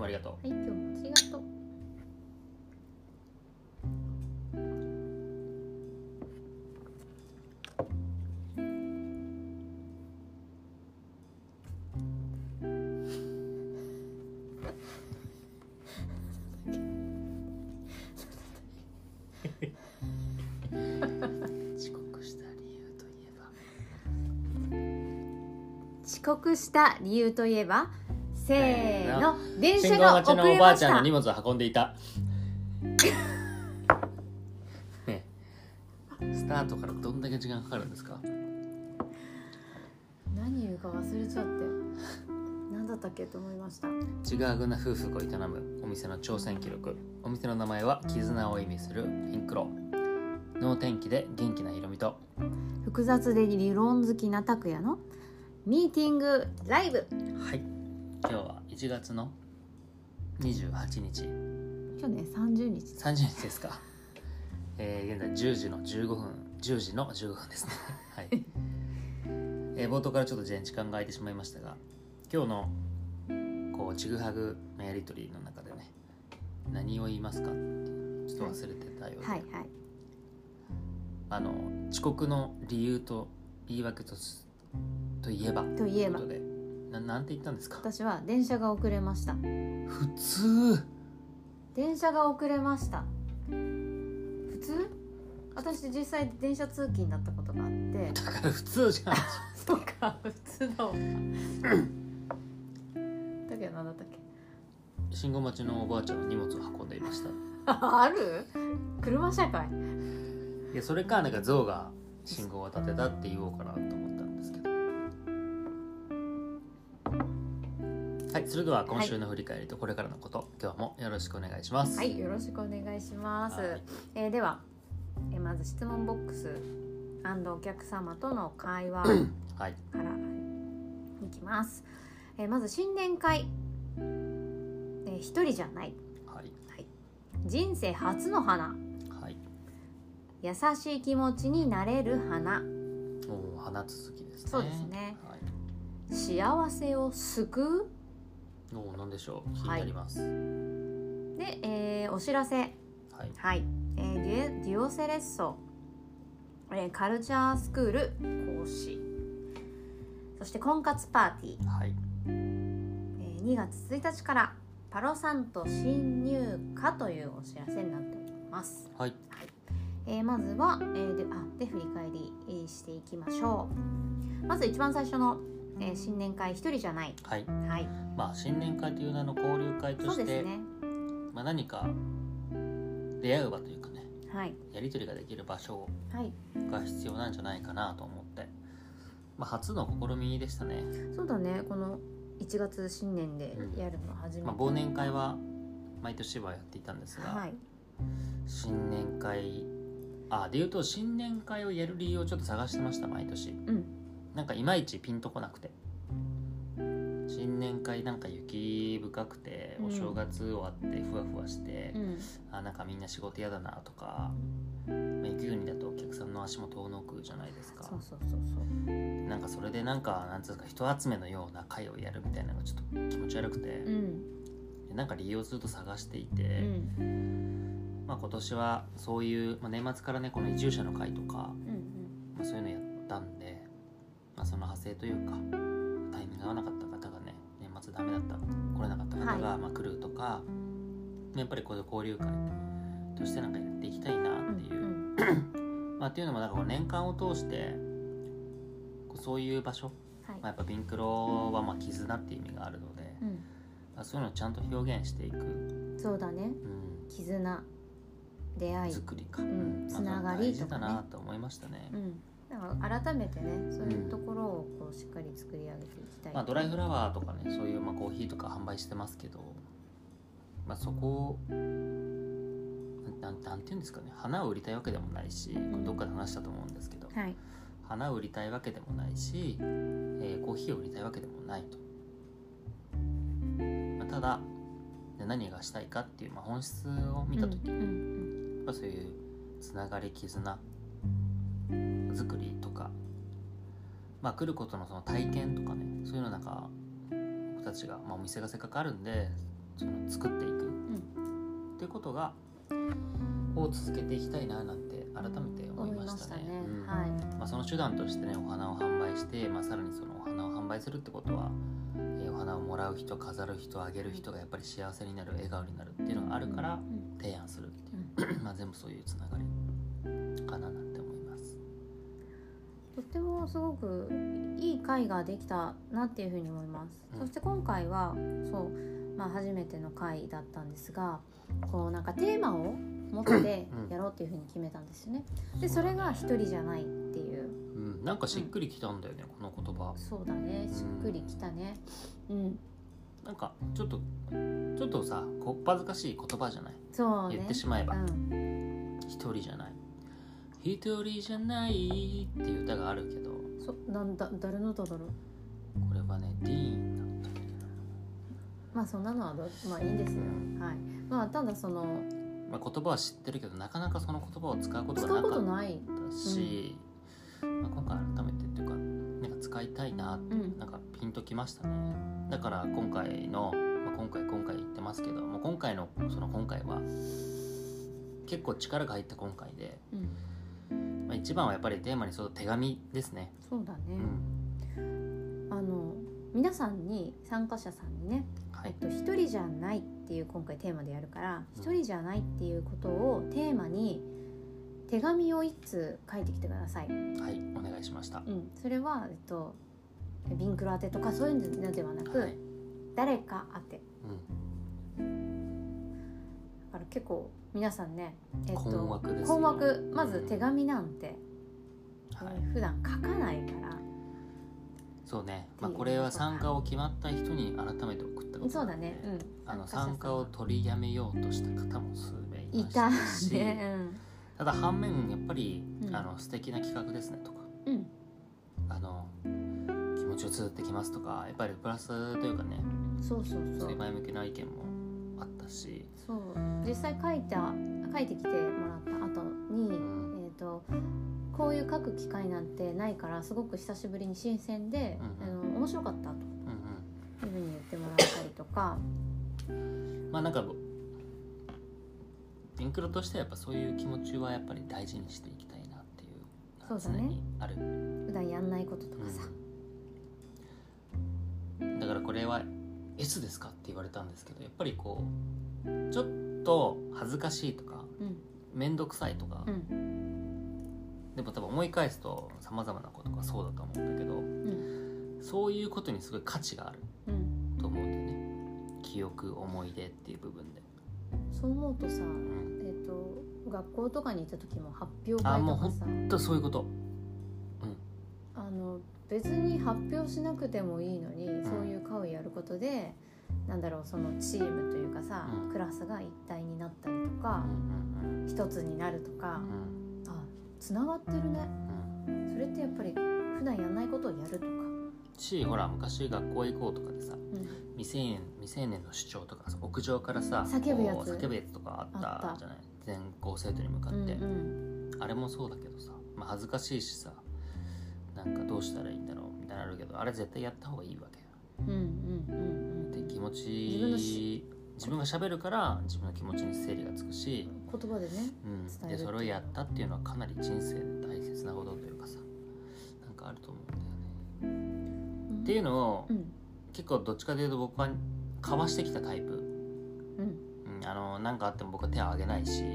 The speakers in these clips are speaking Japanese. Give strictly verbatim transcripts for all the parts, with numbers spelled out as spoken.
りがとう。 はい、今日もありがとう。 遅刻した理由といえば遅刻した理由といえばせーの、電車信号が待ちのお遅れましたばあちゃんの荷物を運んでいたね、スタートからどんだけ時間かかるんですか？ 何言うか忘れちゃって何だったっけと思いました。 ちぐはぐな夫婦が営むお店の挑戦記録。お店の名前は絆を意味するピンクロ。能天気で元気なひろみと複雑で理論好きな拓也のミーティングライブ。 はい、今日はいちがつのにじゅうはちにち、 去年さんじゅうにちさんじゅうにちですか、えー、現在じゅうじのじゅうごふん、じゅうじのじゅうごふんですねはい、えー、冒頭からちょっと時間が空いてしまいましたが、今日のこうちぐはぐのやり取りの中でね、何を言いますかってちょっと忘れてたようで、 はいはい、 あの遅刻の理由と言い訳とすといえばといえばということで、ななんて言ったんですか？ 私は電車が遅れました。 普通電車が遅れました。普通？私実際電車通勤だったことがあってだから普通じゃんそうか、普通だわだけど何だったっけ？ 信号待ちのおばあちゃんの荷物を運んでいましたある？車社会。 いや、それかなんか象が信号を立てたって言おうかなと思ったんですけど、はい、それでは今週の振り返りとこれからのこと、はい、今日もよろしくお願いします。 はい、よろしくお願いします、えー、では、えー、まず質問ボックス&お客様との会話はいからいきます、えー、まず新年会、えー、一人じゃない、 はいはい、人生初の花、 はい、 優しい気持ちになれる花、 お花続きですね。 そうですね、 はい、 幸せを救う、 お何でしょう、気になります、 はい、で、えー、お知らせ、はい、はい、えー、デュエ、デュオセレッソ、えー、カルチャースクール講師、そして婚活パーティー、 はい、 えー、にがつついたちからパロサント新入荷というお知らせになっております。 はい、 はい、えー、まずは、えー、で, あで振り返り、えー、していきましょう。まず一番最初の、えー、新年会一人じゃない、 はい、 はい、 まあ新年会という名の交流会として、そうですね、まあ、何か出会う場というかね、はい、やり取りができる場所が必要なんじゃないかなと思って、まあ、初の試みでしたね。 そうだね、このいちがつ新年でやるの初めて、うん、 まあ、忘年会は毎年はやっていたんですが、はい、新年会あでいうと新年会をやる理由をちょっと探してました毎年、うん、なんかいまいちピンとこなくて、新年会なんか雪深くて、うん、お正月終わってふわふわして、うん、あなんかみんな仕事嫌だなとか、まあ、雪国だとお客さんの足も遠のくじゃないですか。 そうそうそうそう、 なんかそれでなんかなんつうか人集めのような会をやるみたいなのがちょっと気持ち悪くて、うん、でなんか理由をずっと探していて、うんまあ、今年はそういう、まあ、年末からねこの移住者の会とか、うんうんまあ、そういうのやったんで、まあ、その派生というかタイミングが合わなかった方がね年末ダメだった来れなかった方が、はいまあ、来るとか、やっぱりこういう交流会としてなんかやっていきたいなっていう、うんうんまあ、っていうのもなんかこう年間を通してそういう場所、はいまあ、やっぱピンクロはまあ絆っていう意味があるので、うんまあ、そういうのをちゃんと表現していく。 そうだね、うん、絆、出会い作りか、 うんつながりとかね、 大事だなと思いましたね、うん、 だから改めてねそういうところをこうしっかり作り上げていきたい、 うんまあ、ドライフラワーとかねそういうまあコーヒーとか販売してますけど、まあ、そこをな ん, なんていうんですかね、花を売りたいわけでもないし、どっかで話したと思うんですけど、はい、花を売りたいわけでもないし、えー、コーヒーを売りたいわけでもないと、まあ、ただ何がしたいかっていう、まあ、本質を見たときに、うんうん、やっぱそういうつながり絆作りとか、まあ、来ることのその体験とかね、そういうのなんか僕たちが、まあ、お店がせっかくあるんでその作っていく、うん、っていうことがを続けていきたいななんて改めて思いましたね。まあ、その手段としてねお花を販売して、まあ、さらにそのお花を販売するってことは、えー、お花をもらう人飾る人あげる人がやっぱり幸せになる笑顔になるっていうのがあるから提案するっていう、うん、まあ全部そういうつながりかななんて思います。 とってもすごくいい会ができたなっていうふうに思います、うん、そして今回はそう、まあ、初めての会だったんですがこうなんかテーマを持ってやろうっていうふうに決めたんですよね。でそれが一人じゃないっていう、 うん、なんかしっくりきたんだよね、うん、この言葉。 そうだね、しっくりきたね。うん、 なんかちょっとちょっとさこっぱずかしい言葉じゃない。 そうね、 言ってしまえば、うん、一人じゃない一人じゃないっていう歌があるけど、 そなんだ誰の歌だろう。 これはねディーンだったけど、 まあそんなのはどまあいいんですよ、うん、はい。まあただそのまあ、言葉は知ってるけどなかなかその言葉を使うことがなかったし、うん、まあ、今回改めてっていうかなんか使いたいなって、うん、なんかピンときましたね。だから今回の、まあ、今回今回言ってますけども今回のその今回は結構力が入った今回で、うん、まあ、一番はやっぱりテーマに沿った手紙ですね。 そうだね、うん、あの皆さんに参加者さんにね、はい、えっと、一人じゃないっていう今回テーマでやるから、一人じゃないっていうことをテーマに手紙を一通書いてきてください。 はい、お願いしました。 うん、それは、えっと、ビンクロ宛てとかそういうのではなく、はい、誰か宛て、うん、だから結構皆さんね、えっと、 困惑ですよ。 困惑。まず手紙なんて、うん、はい、普段書かないから。 そうね、まあ、これは参加を決まった人に改めて送ったことなので、 そうだね、うん、 あの参加を取りやめようとした方も数名いましたし、いたね、うん、ただ反面やっぱり、うん、あの素敵な企画ですねとか、うん、あの気持ちを綴ってきますとか、やっぱりプラスというかね、 そうそうそう、 そういう前向きな意見もあったし、 そう実際書いた書いてきてもらった後に、うん、えっとこういう書く機会なんてないからすごく久しぶりに新鮮で、うんうん、あの面白かったと、うんうん、いうふうに言ってもらったりとか、 まあなんかインクロとしてはやっぱそういう気持ちはやっぱり大事にしていきたいなっていうそうだね、 ある普段やんないこととかさ、 うん、だからこれは S ですかって言われたんですけど、やっぱりこうちょっと恥ずかしいとか、うん、めんどくさいとか、うん、でも多分思い返すとさまざまなことがそうだと思うんだけど、うん、そういうことにすごい価値がある、うん、と思うんだよね。記憶思い出っていう部分でそう思うとさ、うん、えーと、学校とかに行った時も発表会とかさ、あもうほんとそういうこと、 うん、あの別に発表しなくてもいいのに、うん、そういう会をやることでなんだろう、そのチームというかさ、うん、クラスが一体になったりとか、うんうんうん、一つになるとか、うん、あつながってるね、うん、それってやっぱり普段やんないことをやるとかし、ほら昔学校行こうとかでさ、うん、未成年未成年の主張とかさ屋上からさ叫ぶやつ叫ぶやつとかあったじゃない、全校生徒に向かって、うんうん、あれもそうだけどさ、まあ、恥ずかしいしさ、なんかどうしたらいいんだろうみたいなのあるけど、あれ絶対やった方がいいわけよ、うんうんうんうん、で気持ち自分のし自分が喋るから自分の気持ちに整理がつくし、 言葉でね、 うん、でそれをやったっていうのはかなり人生で大切なことというかさ、なんかあると思うんだよね、うん、っていうのを、うん、結構どっちかというと僕はかわしてきたタイプ、うんうん、あのなんかあっても僕は手を挙げないし、うん、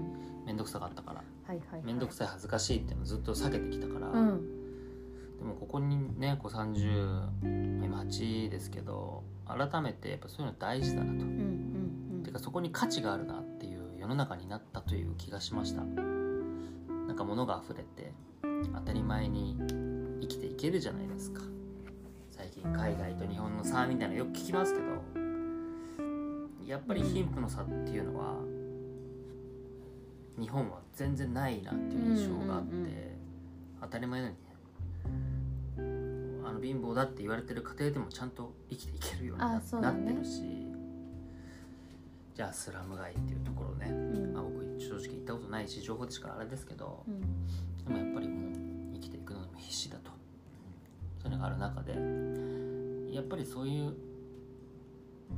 めんどくさかったから、はいはいはい、めんどくさい恥ずかしいっていうのをずっと避けてきたから、うん、でもここにねこうさんじゅう今はちですけど改めてやっぱそういうの大事だなと、うんうんうん、てかそこに価値があるなっていう世の中になったという気がしました。なんか物が溢れて当たり前に生きていけるじゃないですか。最近海外と日本の差みたいなのよく聞きますけど、やっぱり貧富の差っていうのは日本は全然ないなっていう印象があって、うんうんうん、当たり前のようにあの貧乏だって言われてる家庭でもちゃんと生きていけるように な,、ね、なってるし、じゃあスラム街っていうところね、うんまあ、僕正直行ったことないし情報でしかあれですけど、うん、でもやっぱりもう生きていくのにも必死だと、そういうのがある中でやっぱりそういう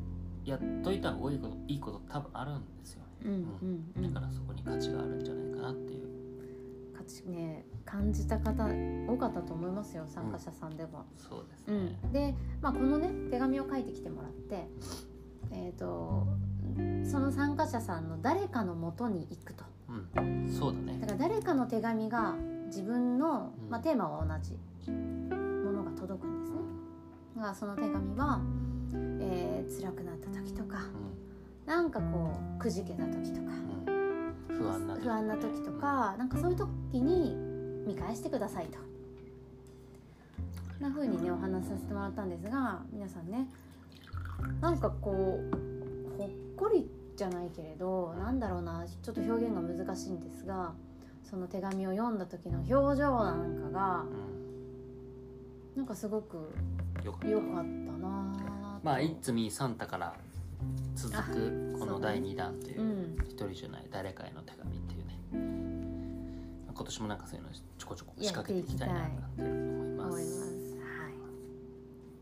やっといた方がいいこと、いいこと多分あるんですよね、 うんうんうん、 だからそこに価値があるんじゃないかなっていう価値ね感じた方多かったと思いますよ、参加者さんでも、 うん、そうですね、 うん、で、まあ、このね手紙を書いてきてもらって、えーと、その参加者さんの誰かの元に行くと、 うん、そうだね。 だから誰かの手紙が自分の、まあ、テーマは同じものが届くんですね、だからその手紙は、えー、辛くなった時とか、うん、なんかこうくじけた時とか、 うん、不安な時とか、ね、 不安な時とか、なんかそういう時に見返してくださいと、な風にねお話しさせてもらったんですが、皆さんねなんかこうほっこりじゃないけれど、なんだろうな、ちょっと表現が難しいんですが、その手紙を読んだ時の表情なんかが、うん、なんかすごく良かったな。 まあいつみサンタから続くこのだいにだんという、ね、うん、一人じゃない誰かへの手紙っていうね、今年もなんかそういうのちょこちょこ仕掛けていきたいなって思います。思います、 はい、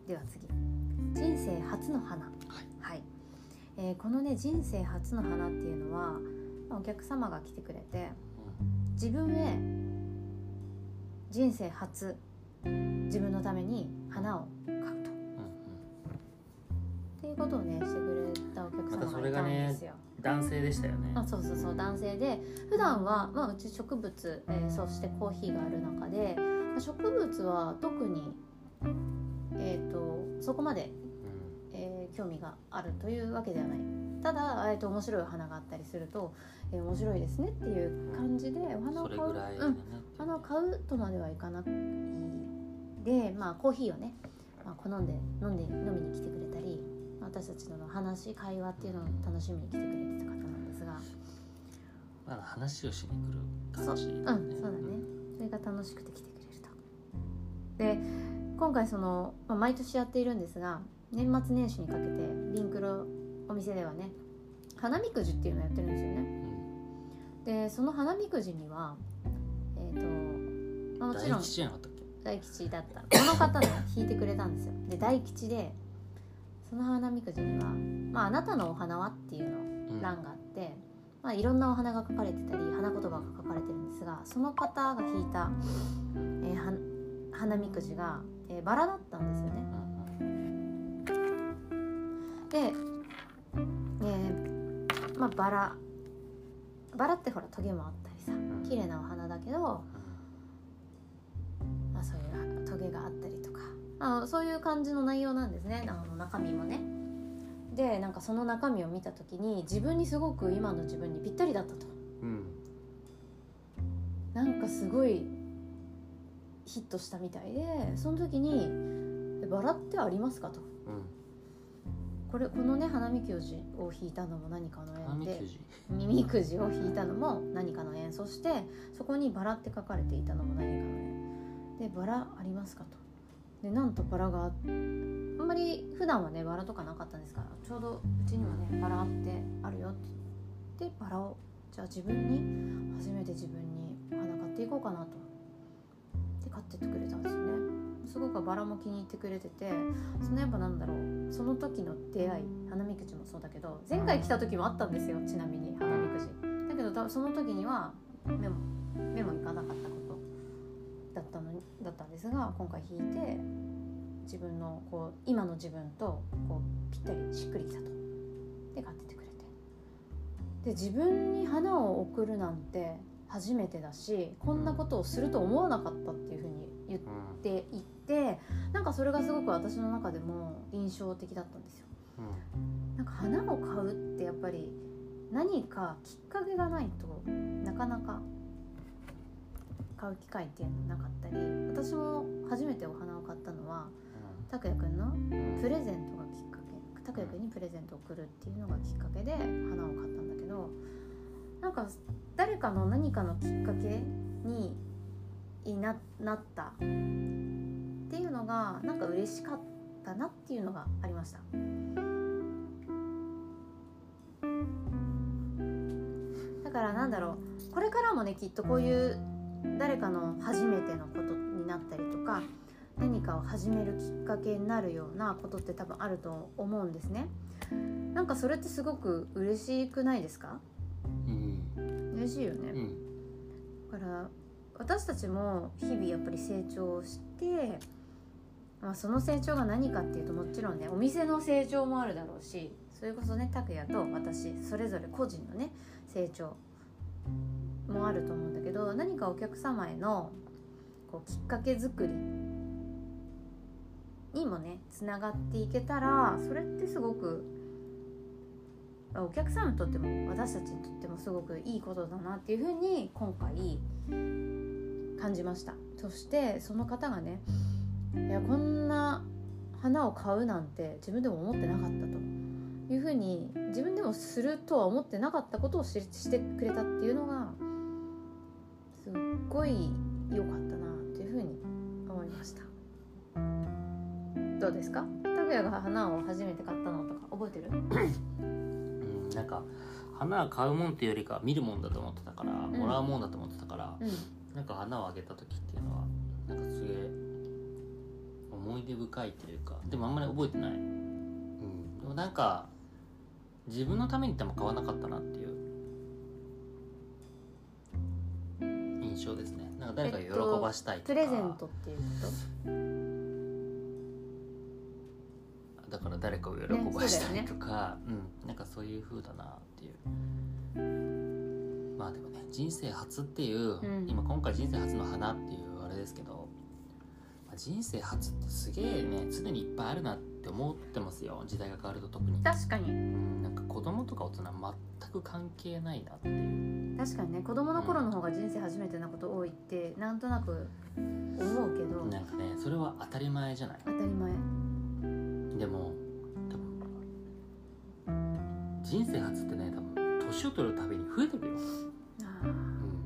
では次、人生初の花、はいはい、えー、このね人生初の花っていうのは、まあ、お客様が来てくれて、うん、自分へ人生初自分のために花を買うと、うんうん、っていうことをねしてくれたお客様がいたんですよ。 男性でしたよね。 あ、そうそうそう、男性で、普段は、まあ、うち植物、えー、そしてコーヒーがある中で、まあ、植物は特に、えー、とそこまで、えー、興味があるというわけではない。ただ、えー、と面白いお花があったりすると、えー、面白いですねっていう感じでお花を買う、うん、お花を買うとまではいかなくで、まあ、コーヒーをね、まあ、好んで飲んで飲みに来てくれたり、私たちの話会話っていうのを楽しみに来てくれてた方なんですが、 まだ話をしに来る感じ、ね、 そう、うん、そうだね、それが楽しくて来てくれると。で今回その、まあ、毎年やっているんですが、年末年始にかけてリンクロお店ではね花見くじっていうのをやってるんですよね、うん、でその花見くじにはえっ、ー、と、まあ、もちろん大吉じゃなかったっけ。 大吉だった。この方ね引いてくれたんですよ。で大吉で、その花見くじには、まあ、あなたのお花はっていうの欄があって、うん、まあ、いろんなお花が書かれてたり花言葉が書かれてるんですが、その方が引いた、えー、は花見くじが、えー、バラだったんですよね。で、えーまあ、バラバラってほらトゲもあったりさ、綺麗なお花だけど、まあ、そういうトゲがあったりとか、あ、そういう感じの内容なんですね、あの中身もね。でなんかその中身を見た時に自分にすごく今の自分にぴったりだったと、うん、なんかすごいヒットしたみたいで、その時にバラってありますかと、うん、これこのね花見くじを引いたのも何かの縁で、耳くじを引いたのも何かの縁、そしてそこにバラって書かれていたのも何かの縁で、バラありますかと。でなんとバラがあんまり普段はねバラとかなかったんですが、ちょうどうちにはねバラってあるよって言ってバラをじゃあ自分に初めて自分にお花買っていこうかなとで買ってってくれたんですよね。すごくバラも気に入ってくれてて、そのやっぱなんだろう、その時の出会い、花見くじもそうだけど前回来た時もあったんですよ、ちなみに花見くじだけどその時には目も目もいかなかったことだったのだったんですが、今回引いて自分のこう今の自分とこうぴったりしっくりきたとで買っててくれて、で自分に花を贈るなんて初めてだし、こんなことをすると思わなかったっていうふうに言っていて、なんかそれがすごく私の中でも印象的だったんですよ。なんか花を買うってやっぱり何かきっかけがないとなかなか買う機会っていうのなかったり、私も初めてお花を買ったのは拓也くんのプレゼントがきっかけ、拓也くんにプレゼントを送るっていうのがきっかけで花を買ったんだけど、なんか誰かの何かのきっかけにな, なったっていうのがなんか嬉しかったなっていうのがありました。だからなんだろう、これからもねきっとこういう誰かの初めてのことになったりとか、 何かを始めるきっかけになるようなことって多分あると思うんですね。なんかそれってすごく嬉しくないですか？うん、嬉しいよね、うん、だから私たちも日々やっぱり成長して、まあ、その成長が何かっていうと、もちろんねお店の成長もあるだろうし、それこそね拓也と私それぞれ個人のね成長もあると思うんだけど、何かお客様へのこうきっかけ作りにもねつながっていけたら、それってすごくお客様にとっても私たちにとってもすごくいいことだなっていうふうに今回感じました。そしてその方がね、いやこんな花を買うなんて自分でも思ってなかったというふうに、自分でもするとは思ってなかったことをししてくれたっていうのがすっごい良かったなっていうふうに思いました。どうですか？拓也が花を初めて買ったのとか覚えてる？ うん、なんか花買うもんっていうよりか見るもんだと思ってたから、うん、もらうもんだと思ってたから、うん、なんか花をあげた時っていうのはなんかすげえ思い出深いというか、でもあんまり覚えてない、うん、でもなんか自分のためにっても買わなかったなっていう印象ですね。なんか誰か喜ばしたいとか、 えっと、プレゼントっていうこと？ だから誰かを喜ばしたいとか、ねね、うん、なんかそういう風だなっていう。まあでもね、人生初っていう、うん、今今回人生初の花っていうあれですけど、まあ、人生初ってすげえね常にいっぱいあるなって思ってますよ。時代が変わると特に。 確かに、うん、 なんか子供とか大人全く関係ないなっていう。 確かにね、子供の頃の方が人生初めてなこと多いってなんとなく思うけど、 なんかねそれは当たり前じゃない。 当たり前。 でも多分人生初ってね、多分年を取るたびに増えてくよ。あ、うん、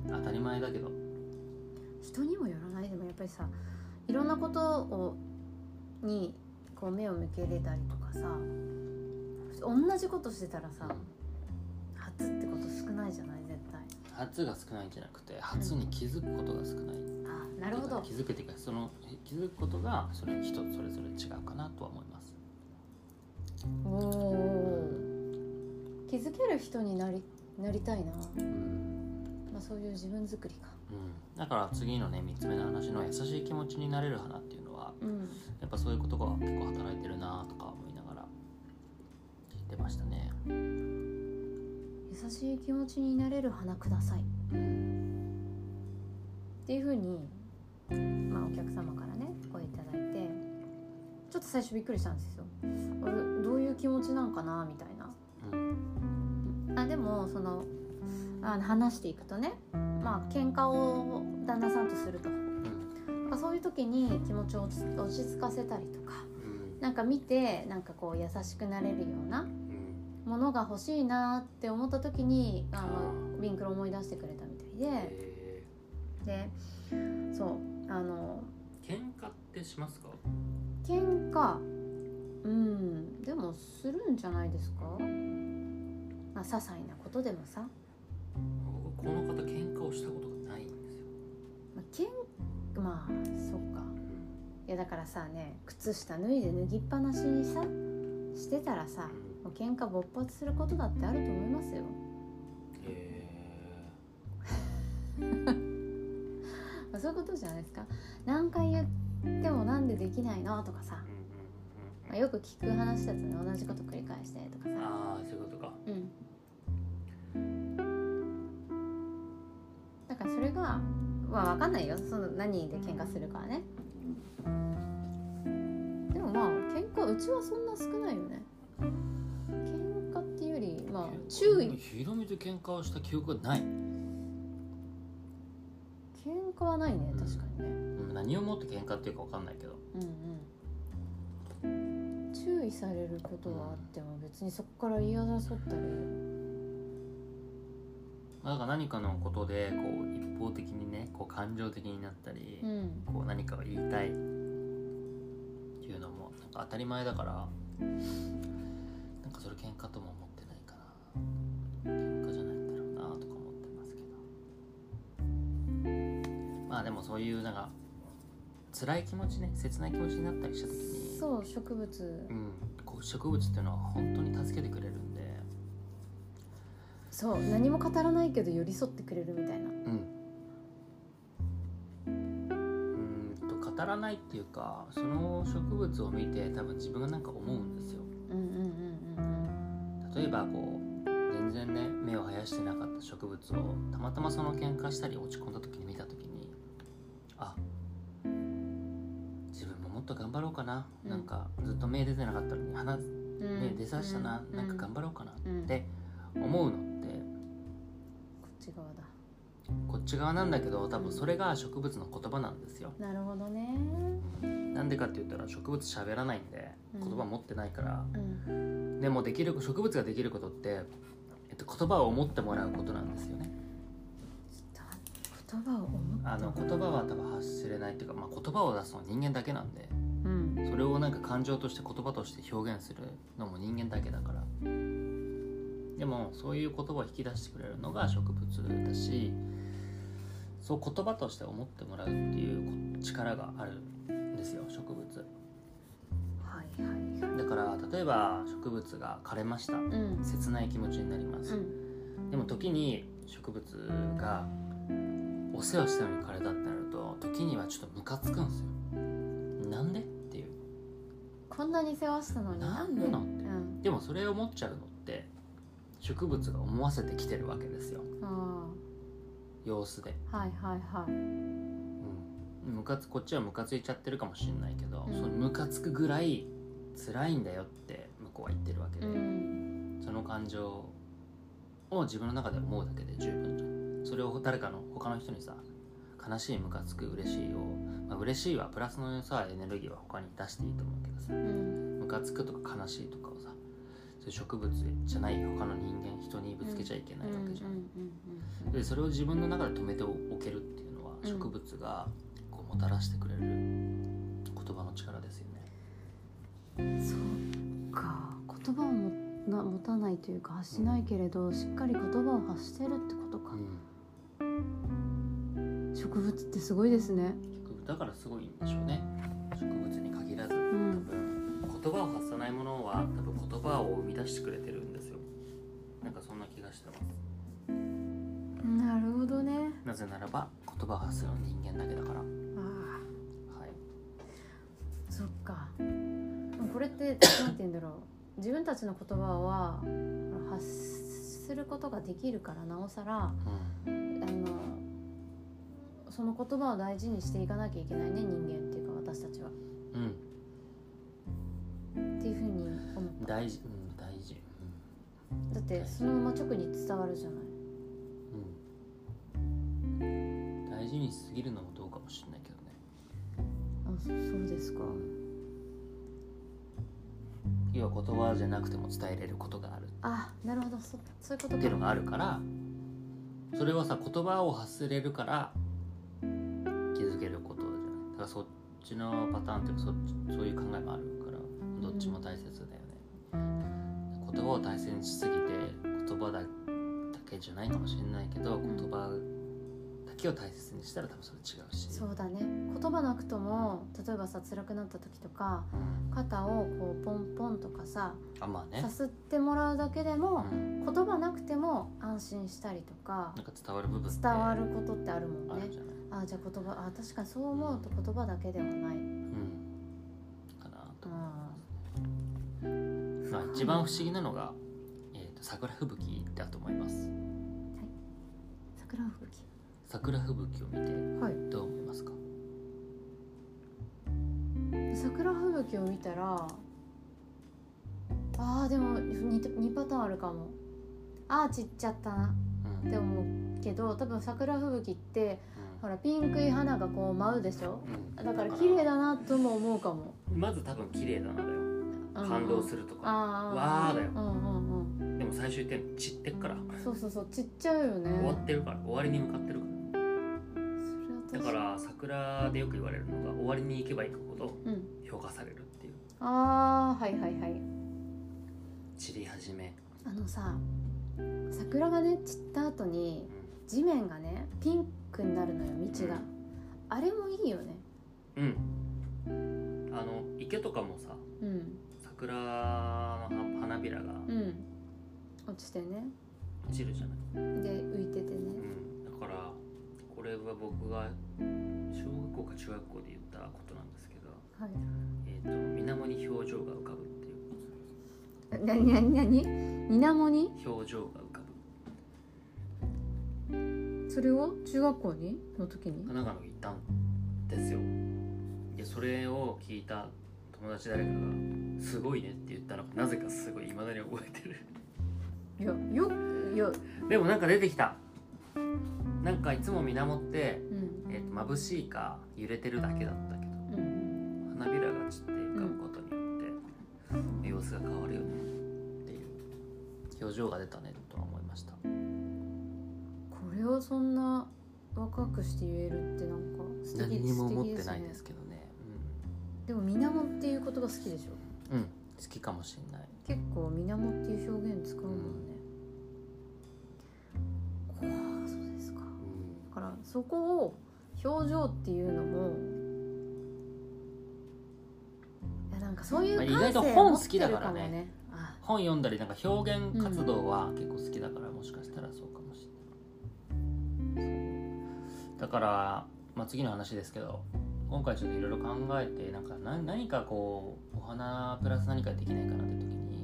当たり前だけど人にもよらない。でもやっぱりさ、いろんなことをにこう目を向けれたりとかさ、同じことしてたらさ、うん、初ってこと少ないじゃない。絶対初が少ないんじゃなくて、初に気づくことが少ない、うん、 あ、なるほど。 気づくっていうか、その気づくことがそれ人それぞれ違うかなとは思います。 おお、気づける人になりなりたいな、うん、まあ、そういう自分作りか、 うん、だから次のねみっつめの話の優しい気持ちになれる花っていうのは、うん、やっぱそういうことが結構働いてるなとか思いながら聞いてましたね。 優しい気持ちになれる花ください、うん、っていう風に、まあ、お客様からね声いただいて、ちょっと最初びっくりしたんですよ。あれどういう気持ちなんかなみたいな、うん、あでもそのあ話していくとね、まあ喧嘩を旦那さんとすると、うん、そういう時に気持ちを落ち着かせたりとか、うん、なんか見てなんかこう優しくなれるようなものが欲しいなって思った時に、あのビンクロ思い出してくれたみたいで、でそうあの喧嘩ってしますか？ 喧嘩、うん、でもするんじゃないですか。まあ些細なことでもさ。 僕この方喧嘩をしたことがないんですよ。 まあ、けんまあそっか、うん、いやだからさね、靴下脱いで脱ぎっぱなしにさしてたらさ、うん、もう喧嘩勃発することだってあると思いますよ。へまあそういうことじゃないですか。何回言ってもなんでできないのとかさ、まあ、よく聞く話だとね、同じこと繰り返してとかさ。 ああ、そういうことか。うん。 だからそれが、まあ分かんないよ。その何で喧嘩するかはね。でもまあ喧嘩うちはそんな少ないよね。喧嘩っていうよりまあ注意。 ひろみと喧嘩をした記憶がない。 喧嘩はないね、確かにね。 うん、何をもって喧嘩っていうか分かんないけど。 うんうん。注意されることはあっても別にそこから言い争ったり。 だから何かのことでこう一方的にね、こう感情的になったり、うん、こう何かを言いたいっていうのもなんか当たり前だから、なんかそれ喧嘩とも思ってないかな。喧嘩じゃないんだろうなとか思ってますけど。まあでもそういうなんか辛い気持ちね、切ない気持ちになったりした時に、 そう植物、 うん、こう植物っていうのは本当に助けてくれるんで、 そう何も語らないけど寄り添ってくれるみたいな、 うん、うんと語らないっていうか、その植物を見て多分自分がなんか思うんですよ。 うんうんうんうん、 例えばこう全然ね芽を生やしてなかった植物をたまたまその喧嘩したり落ち込んだ時に見た時に、あ、自分ももっと頑張ろうかな、うん、なんかずっと芽出てなかったのに花芽出さしたな、うん、なんか頑張ろうかなって思うのって、こっち側だこっち側なんだけど、多分それが植物の言葉なんですよ。 なるほどね。 なんでかって言ったら植物喋らないんで言葉持ってないから、 うん、 でもできる植物ができることって、えっと、言葉を思ってもらうことなんですよね。 言葉を思ってあの言葉は多分発せれないっていうか、まあ、言葉を出すのは人間だけなんで、 うん、 それをなんか感情として言葉として表現するのも人間だけだから。でもそういう言葉を引き出してくれるのが植物だし、そう言葉として思ってもらうっていう力があるんですよ、植物。 はいはいはい。 だから例えば植物が枯れました、うん、切ない気持ちになります、うん、でも時に植物がお世話したのに枯れたってなると、時にはちょっとムカつくんですよ。なんでっていう、 こんなに世話したのになんでなんで、うん、でもそれを思っちゃうのって植物が思わせてきてるわけですよ。あ、様子で、 はいはいはい、うん、 ムカつこっちはムカついちゃってるかもしれないけど、うん、そのムカつくぐらい辛いんだよって向こうは言ってるわけで、うん、その感情を自分の中で思うだけで十分じゃん。それを誰かの他の人にさ、悲しい、ムカつく、嬉しいを、まあ、嬉しいはプラスのさエネルギーは他に出していいと思うけどさ、ムカつくとか悲しいとかをさ、そういう植物じゃない他の人間、人にぶつけちゃいけないわけじゃん。でそれを自分の中で止めておけるっていうのは、植物がこうもたらしてくれる言葉の力ですよね。そうか、言葉をもな持たないというか発しないけれど、うん、しっかり言葉を発してるってことか、うん、植物ってすごいですね。 植物だからすごいんでしょうね。植物に限らず、うん、多分言葉を発さないものは多分言葉を生み出してくれてるんですよ。なんかそんな気がしてます。 なるほどね。 なぜならば言葉を発するのは人間だけだから。ああ、はい。 そっか。これってなんて言うんだろう。自分たちの言葉は発することができるから、なおさら、うん、あのその言葉を大事にしていかなきゃいけないね、人間っていうか私たちは。うん。っていうふうに思った。 大事、うん、大事。 うん、だってそのまま直に伝わるじゃない。 うん。大事にしすぎるのもどうかもしれないけどね。あ、そ、そうですか。 要は言葉じゃなくても伝えれることがある。 あ、なるほど、そ、そういうことか。 っていうのがあるから、それはさ、言葉を発せれるから気づけることじゃない。だからそっちのパターンっていうか、そ、そういう考えもあるから、どっちも大切だよね。うん、言葉を大切にしすぎて、言葉だけじゃないかもしれないけど、うん、言葉だけを大切にしたら多分それ違うし。 そうだね。言葉なくとも、例えばさ、辛くなった時とか、うん、肩をこうポンポンとかさ、 あ、まあね、 さすってもらうだけでも、うん、言葉なくても安心したりとか、 なんか伝わる部分って伝わることってあるもんね。 あるじゃない。 あ、じゃあ言葉、あ、確かにそう思うと言葉だけではない、うん、 かなと思いますね。まあ一番不思議なのが、えーと、桜吹雪だと思います。はい。 桜吹雪。 桜吹雪を見てどう思いますか？ はい、桜吹雪を見たら、あーでも 2, にパターンあるかも。あーちっちゃったな、うん、って思うけど、多分桜吹雪って、うん、ほらピンクい花がこう舞うでしょ、うん、だから綺麗だなとも思うかも。 まず多分綺麗だなだよ、感動するとか、わーだよ、うんうんうん、でも最終点散ってっから、 そうそうそう、散っちゃうよね。 終わってるから、終わりに向かってるから。だから桜でよく言われるのが、終わりに行けば行くほど評価されるっていう、 うん、ああ、はいはいはい。 散り始め、 あのさ、桜がね散った後に地面がねピンクになるのよ、道が、うん、あれもいいよね。 うんあの池とかもさ、うん、桜の花びらが、うん、 落ちてね落ちるじゃないで浮いててね、 うん、だからこれは僕が小学校か中学校で言ったことなんですけど、はい、えーと水面に表情が浮かぶっていうなになになに水面に表情が浮かぶそれを中学校にの時に長野に行ったんですよ。でそれを聞いた友達誰かがすごいねって言ったのがなぜかすごい未だに覚えてる。 いやよいやでもなんか出てきた。なんかいつも水面って、うんえー、と眩しいか揺れてるだけだったけど、うん、花びらが散って浮かぶことによって、うん、様子が変わるよねっていう表情が出たねとは思いました。これをそんな若くして言えるってなんか素敵、 何にも思ってないですけどね、 うん、でも水面っていう言葉好きでしょ。うん好きかもしれない。 結構水面っていう表現使うもんね、うん、そうですか、うん、だからそこを表情っていうのもいやなんかそういう感性意外と本好きだからね。あ本読んだりなんか表現活動は結構好きだから、うん、もしかしたらそうかもしれない。だから、まあ、次の話ですけど今回ちょっといろいろ考えてなんか何、何かこうお花プラス何かできないかなって時に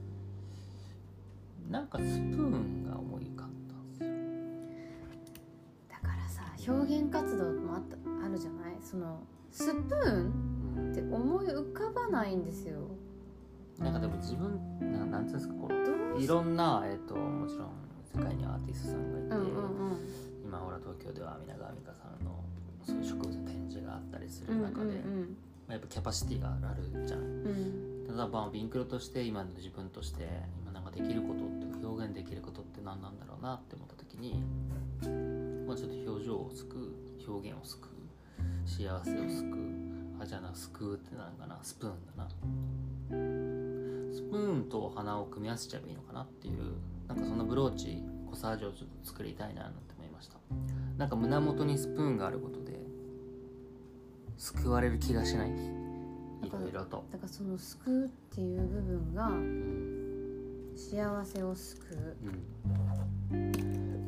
なんかスプーンが思い浮かんだんですよ。 だからさ表現活動もあったあるじゃない。そのスプーンって思い浮かばないんですよ。 なんかでも自分ななんていうんですかこういろんな、えーと、もちろん世界にはアーティストさんがいて、うんうんうん、今ほら東京では皆川美香さんのそういう植物展示があったりする中で、うんうんうんまあ、やっぱキャパシティがあるじゃん、うん、ただまあビンクロとして今の自分として今なんかできることって表現できることって何なんだろうなって思った時に、まあ、ちょっと表情を救う表現を救う幸せを救うあじゃあな救うってなんかなスプーンだなスプーンとお花を組み合わせちゃえばいいのかなっていうなんかそんなブローチコサージュをちょっと作りたいななんて思いました。なんか胸元にスプーンがあることで救われる気がしない。いろいろとだからその救うっていう部分が、うん、幸せを救う、うん、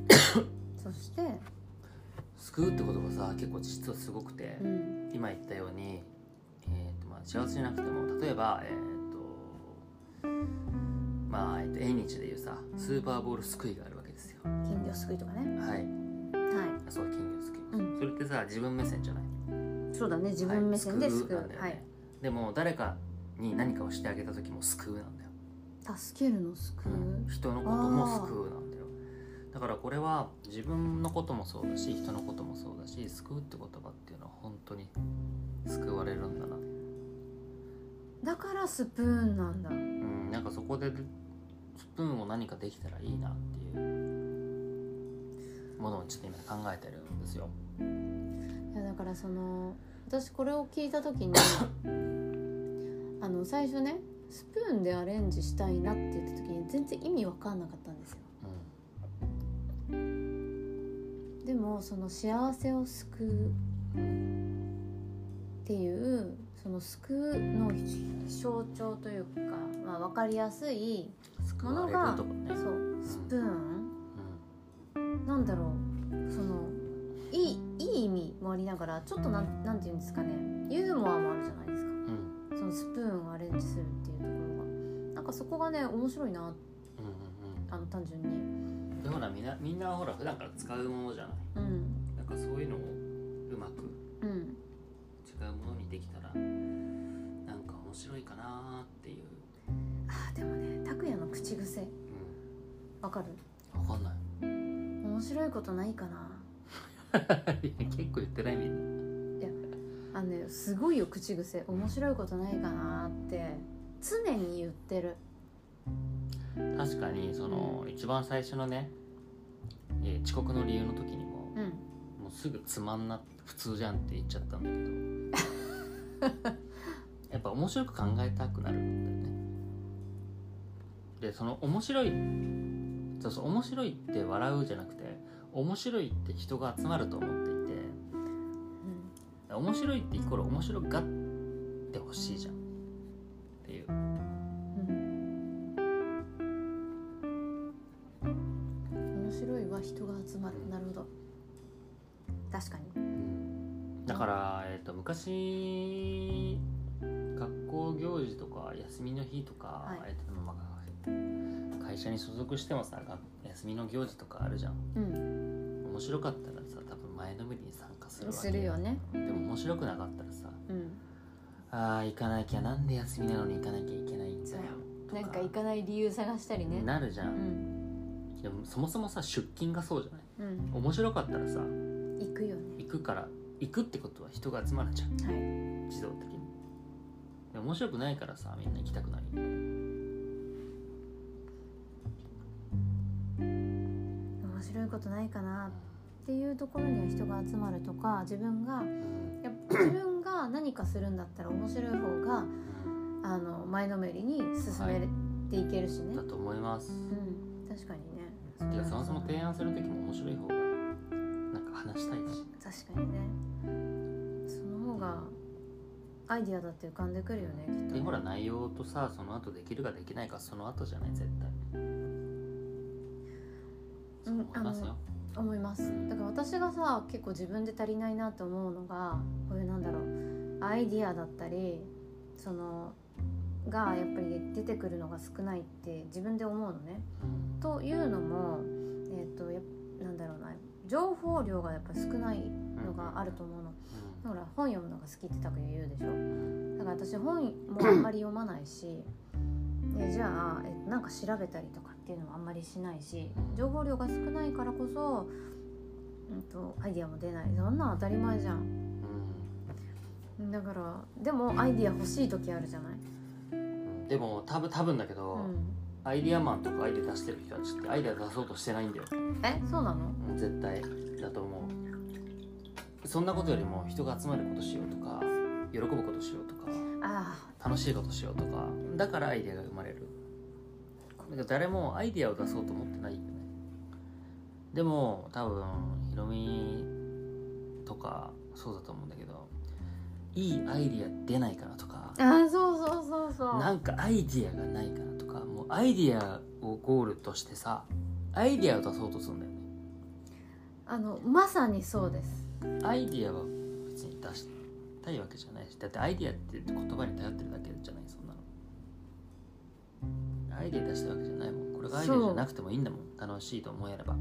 そして救うってことがさ結構実はすごくて、うん、今言ったように、えーとまあ、幸せじゃなくても例えば、えーとまあ、えーと縁日でいうさスーパーボール救いがあるわけですよ。 金魚救いとかね。 はいはい、そう金魚救い、うん、それってさ自分目線じゃない。 そうだね自分目線で救う、はい、救うなんだよね、はい、 でも誰かに何かをしてあげた時も救うなんだよ。 助けるの救う、 うん、人のことも救うなんだよ。だからこれは自分のこともそうだし人のこともそうだし救うって言葉っていうのは本当に救われるんだな。 だからスプーンなんだ。 うんなんかそこでスプーンを何かできたらいいなっていうものをちょっと今考えてるんですよ。 いやだからその私これを聞いた時にあの最初ねスプーンでアレンジしたいなって言った時に全然意味わかんなかったんですよ、うん、でもその幸せを救うっていうその救うの象徴というか、まあ、分かりやすいものが、ね、そうスプーン、うん、なんだろうそのいい、いい意味もありながらちょっとなん、なんていうんですかねユーモアもあるじゃないですか、うん、そのスプーンをアレンジするっていうところがなんかそこがね面白いな、うんうんうん、あの単純にでほらみんなみんなほら普段から使うものじゃない、うん、なんかそういうのをうまく違うものにできたらなんか面白いかなっていう。 あーでもね拓也の口癖わ、うん、かる？ わかんない。 面白いことないかな結構言ってないみんな。いやあのねすごいよ口癖面白いことないかなって常に言ってる。 確かにその、うん、一番最初のね、えー、遅刻の理由の時にも、うん、もうすぐつまんな普通じゃんって言っちゃったんだけどやっぱ面白く考えたくなるんだよね。でその面白いそうそう面白いって笑うじゃなくて面白いって人が集まると思っていて、 面白いってイコール面白がってほしいじゃんっていう、うん、 面白いは人が集まる、うん、なるほど、確かに、 うん、だから、えーと、昔学校行事とか休みの日とか、はい、えーとまあ、会社に所属してもさ休みの行事とかあるじゃん、うん、面白かったらさ多分前のめりに参加するわけするよね。 でも面白くなかったらさ、うん、ああ行かなきゃなんで休みなのに行かなきゃいけないんだよとかなんか行かない理由探したりねなるじゃん、うん、でもそもそもさ出勤がそうじゃない、うん、面白かったらさ行くよね。 行くから行くってことは人が集まるじゃん、はい、自動的に。で面白くないからさみんな行きたくない。 面白いことないかなっていうところには人が集まるとか、自分がやっぱ自分が何かするんだったら面白い方があの前のめりに進めていけるしね、 はい、だと思います、うん、 確かにね。 てかそもそも提案する時も面白い方がなんか話したいし、確かにね、その方がアイディアだって浮かんでくるよね、きっとね。 でほら内容とさその後できるかできないかその後じゃない絶対。そう思いますよ、 うん、思います。だから私がさ結構自分で足りないなと思うのがこういうなんだろうアイディアだったりそのがやっぱり出てくるのが少ないって自分で思うのね、うん、というのもえっとやなんだろうな情報量がやっぱり少ないのがあると思うの、うん、だから本読むのが好きってたく言うでしょ。だから私本もあんまり読まないしでじゃあ、えっと、なんか調べたりとかっていうのもあんまりしないし情報量が少ないからこそ、うん、とアイディアも出ない。そんなの当たり前じゃん、うん、だからでもアイディア欲しい時あるじゃない。 でも多分多分だけど、うん、アイディアマンとかアイディア出してる人たちってアイディア出そうとしてないんだよ。 え、そうなの？ 絶対だと思う。そんなことよりも人が集まることしようとか喜ぶことしようとかあ楽しいことしようとかだからアイディアが生まれる。だから誰もアイディアを出そうと思ってないよね。でも多分ヒロミとかそうだと思うんだけどいいアイディア出ないかなとかあそうそうそうそうなんかアイディアがないかなとかもうアイディアをゴールとしてさアイディアを出そうとするんだよね。 あのまさにそうです。 アイディアは別に出したいわけじゃないしだってアイディアって言葉に頼ってるだけじゃないそんなの。アイディア出したわけじゃないもん。これがアイディアじゃなくてもいいんだもん。楽しいと思えれば。ま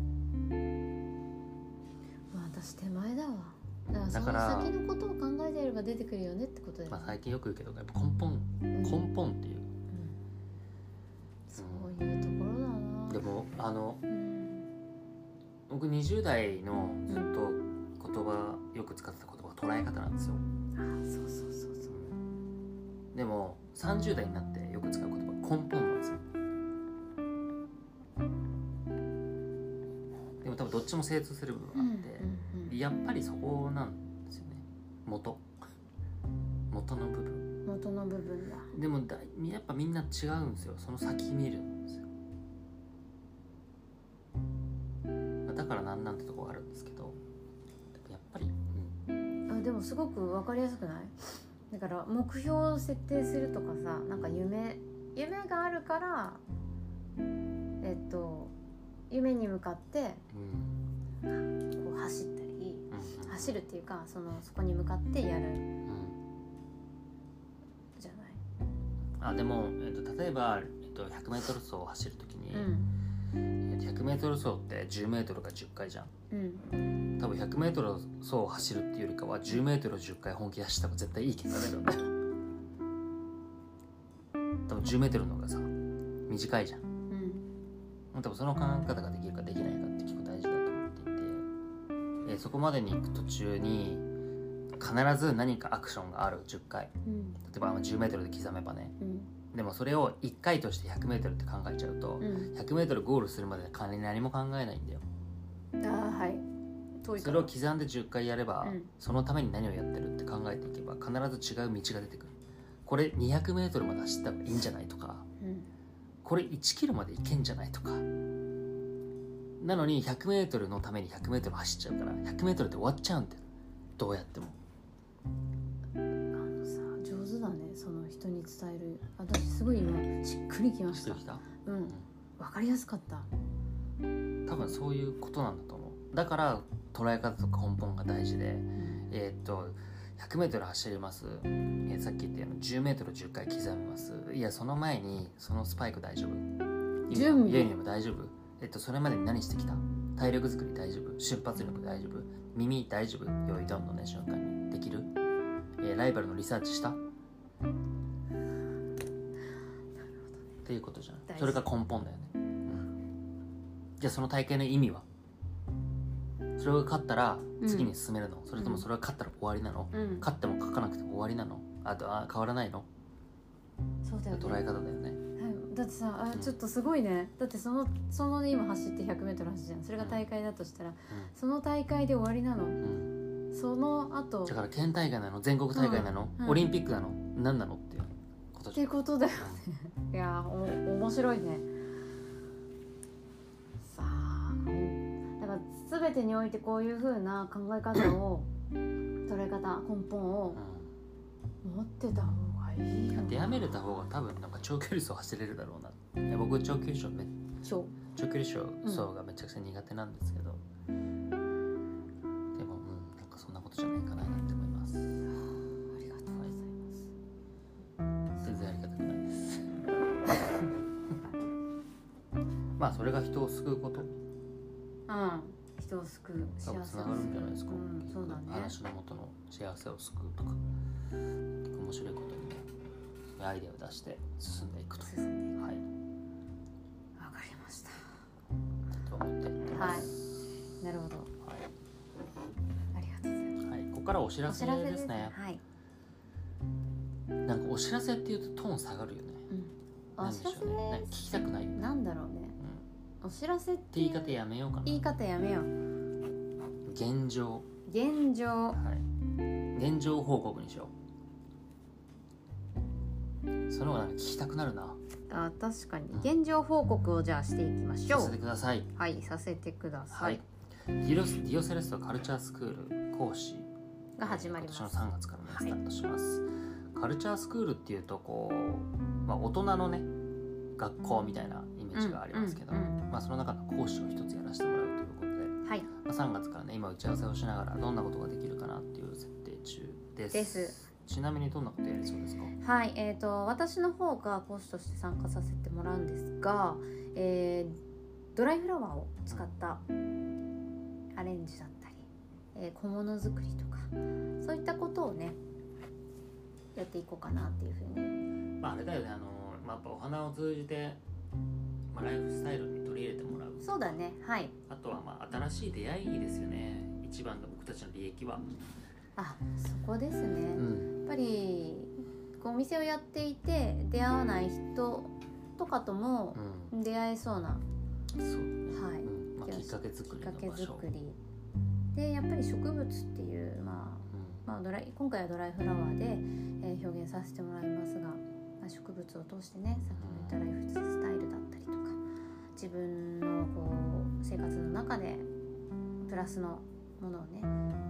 あ私手前だわ。だからその先のことを考えていれば出てくるよねってことだよね。 まあ最近よく言うけどやっぱ根本、うん、根本っていう、うん、 そういうところだな。 でもあの、うん、僕にじゅう代のずっと言葉よく使ってた言葉は捉え方なんですよ。 あそうそうそうそう。 でもさんじゅう代になってよく使う言葉は根本なんですよ。でも多分どっちも精通する部分があって、うんうんうん、やっぱりそこなんですよね。元元の部分元の部分だ。 でもだやっぱみんな違うんですよ。その先見るんですよ。だからなんなんてとこがあるんですけどやっぱり、 うん、あでもすごく分かりやすくない？だから目標を設定するとかさなんか夢夢があるからえっと夢に向かって、うん、こう走ったり、うん、走るっていうかそのそこに向かってやる、うん、じゃない。 あでも、えっと、例えば、えっと、ひゃくメートル走を走るときに、うん、ひゃくメートル走ってじゅうメートルがじゅっかいじゃん、うん、多分ひゃくメートル走を走るっていうよりかはじゅうメートルをじゅっかい本気で走った方が絶対いい結果出るんだよ多分じゅうメートルの方がさ短いじゃん、うん、多分その考え方ができるかできないかって結構大事だと思っていて、えー、そこまでに行く途中に必ず何かアクションがあるじゅっかい、うん、例えばじゅうメートルで刻めばね、うん、でもそれをいっかいとしてひゃくメートルって考えちゃうと、うん、ひゃくメートルゴールするまで何も考えないんだよ。 あはい遠いからそれを刻んでじゅっかいやれば、うん、そのために何をやってるって考えていけば必ず違う道が出てくる。これにひゃくメートルまで走った方がいいんじゃないとか、うん、これいちキロまで行けんじゃないとかなのにひゃくメートルのためにひゃくメートル走っちゃうからひゃくメートルで終わっちゃうんだよどうやっても。 人に伝える。私すごい今しっくりきました。 しっくりきた、 うん、分かりやすかった。 多分そういうことなんだと思う。だから捉え方とか根本が大事で、うん、えー、っとひゃくメートル走ります、えー、さっき言ったようにじゅうメートルじゅっかい刻みます。いやその前にそのスパイク大丈夫、 準備ユニも大丈夫、えっとそれまでに何してきた、体力作り大丈夫、瞬発力大丈夫、耳大丈夫、用意どんどんね瞬間にできる、えー、ライバルのリサーチしたっていうことじゃん。それが根本だよね、うん、じゃあその大会の意味は、それが勝ったら次に進めるの、うん、それともそれが勝ったら終わりなの、うん、勝っても勝かなくても終わりなの、あとあ変わらないの、 そうだよね、 捉え方だよね、はい、 だってさあ、うん、ちょっとすごいね。だってそのその、ね、今走って ひゃくメートル 走るじゃん。それが大会だとしたら、うん、その大会で終わりなの、うん、その後だから県大会なの、全国大会なの、うん、オリンピックなの、何なのっていうことってことだよねいやお面白いね。さあだから全てにおいてこういう風な考え方を捉え方根本を持ってた方がいいよな。 でやめれた方が多分なんか長距離走走れるだろうな。いや僕長距離走め長距離走がめちゃくちゃ苦手なんですけど、うん、でもうんなんかそんなことじゃないかなって思います。ありがとうございます。全然ありがたくないですまあそれが人を救うこと、うん、 人を救う幸せをつながるんじゃないですか、 うん、そうだね、 話の元の幸せを救うとか面白いことにねアイデアを出して進んでいくと進んでいく、 はい、 わかりましたと思っています。はい、なるほど、はい、ありがとうございます。 はい、ここからお知らせですね。 はい、 なんかお知らせっていうとトーン下がるよね。 うん、お知らせ、 ね、聞きたくないよね。 なんだろうね。うん、お知らせって言い方やめようかな。 言い方やめよう。 現状。 現状。 はい。現状報告にしよう。その方がなんか聞きたくなるな。 あ、確かに、うん、現状報告をじゃあしていきましょう。 させてください。 はい、させてください。はい、 ディオ、ディオセレストカルチャースクール講師が始まります。 今年のさんがつからねスタートします。はい、カルチャースクールっていうとこう、まあ、大人のね学校みたいなイメージがありますけど、うんうんうん、まあ、その中の講師を一つやらせてもらうということで、はい、まあ、さんがつからね今打ち合わせをしながらどんなことができるかなっていう設定中です。ですちなみにどんなことやりそうですか？ はい、えーと、私の方が講師として参加させてもらうんですが、えー、ドライフラワーを使ったアレンジだったり、えー、小物作りとかそういったことをねやっていこうかなっていうふうに、 まあ、あれだよね、あの、まあ、やっぱお花を通じて、まあ、ライフスタイルに取り入れてもらう。 そうだね、はい。 あとはまあ新しい出会いですよね。一番の僕たちの利益は。 あ、そこですね、うん、やっぱりお店をやっていて出会わない人とかとも出会えそうな、 うん、そうね、 はい、 うん、まあ、きっかけ作りの場所、 きっかけ作りで、やっぱり植物っていう、まあ、うん、まあ、ドライ今回はドライフラワーで、えー、表現させてもらいますが、まあ、植物を通してね、さっきも言ったライフスタイルだったりとか、自分のこう生活の中でプラスのものをね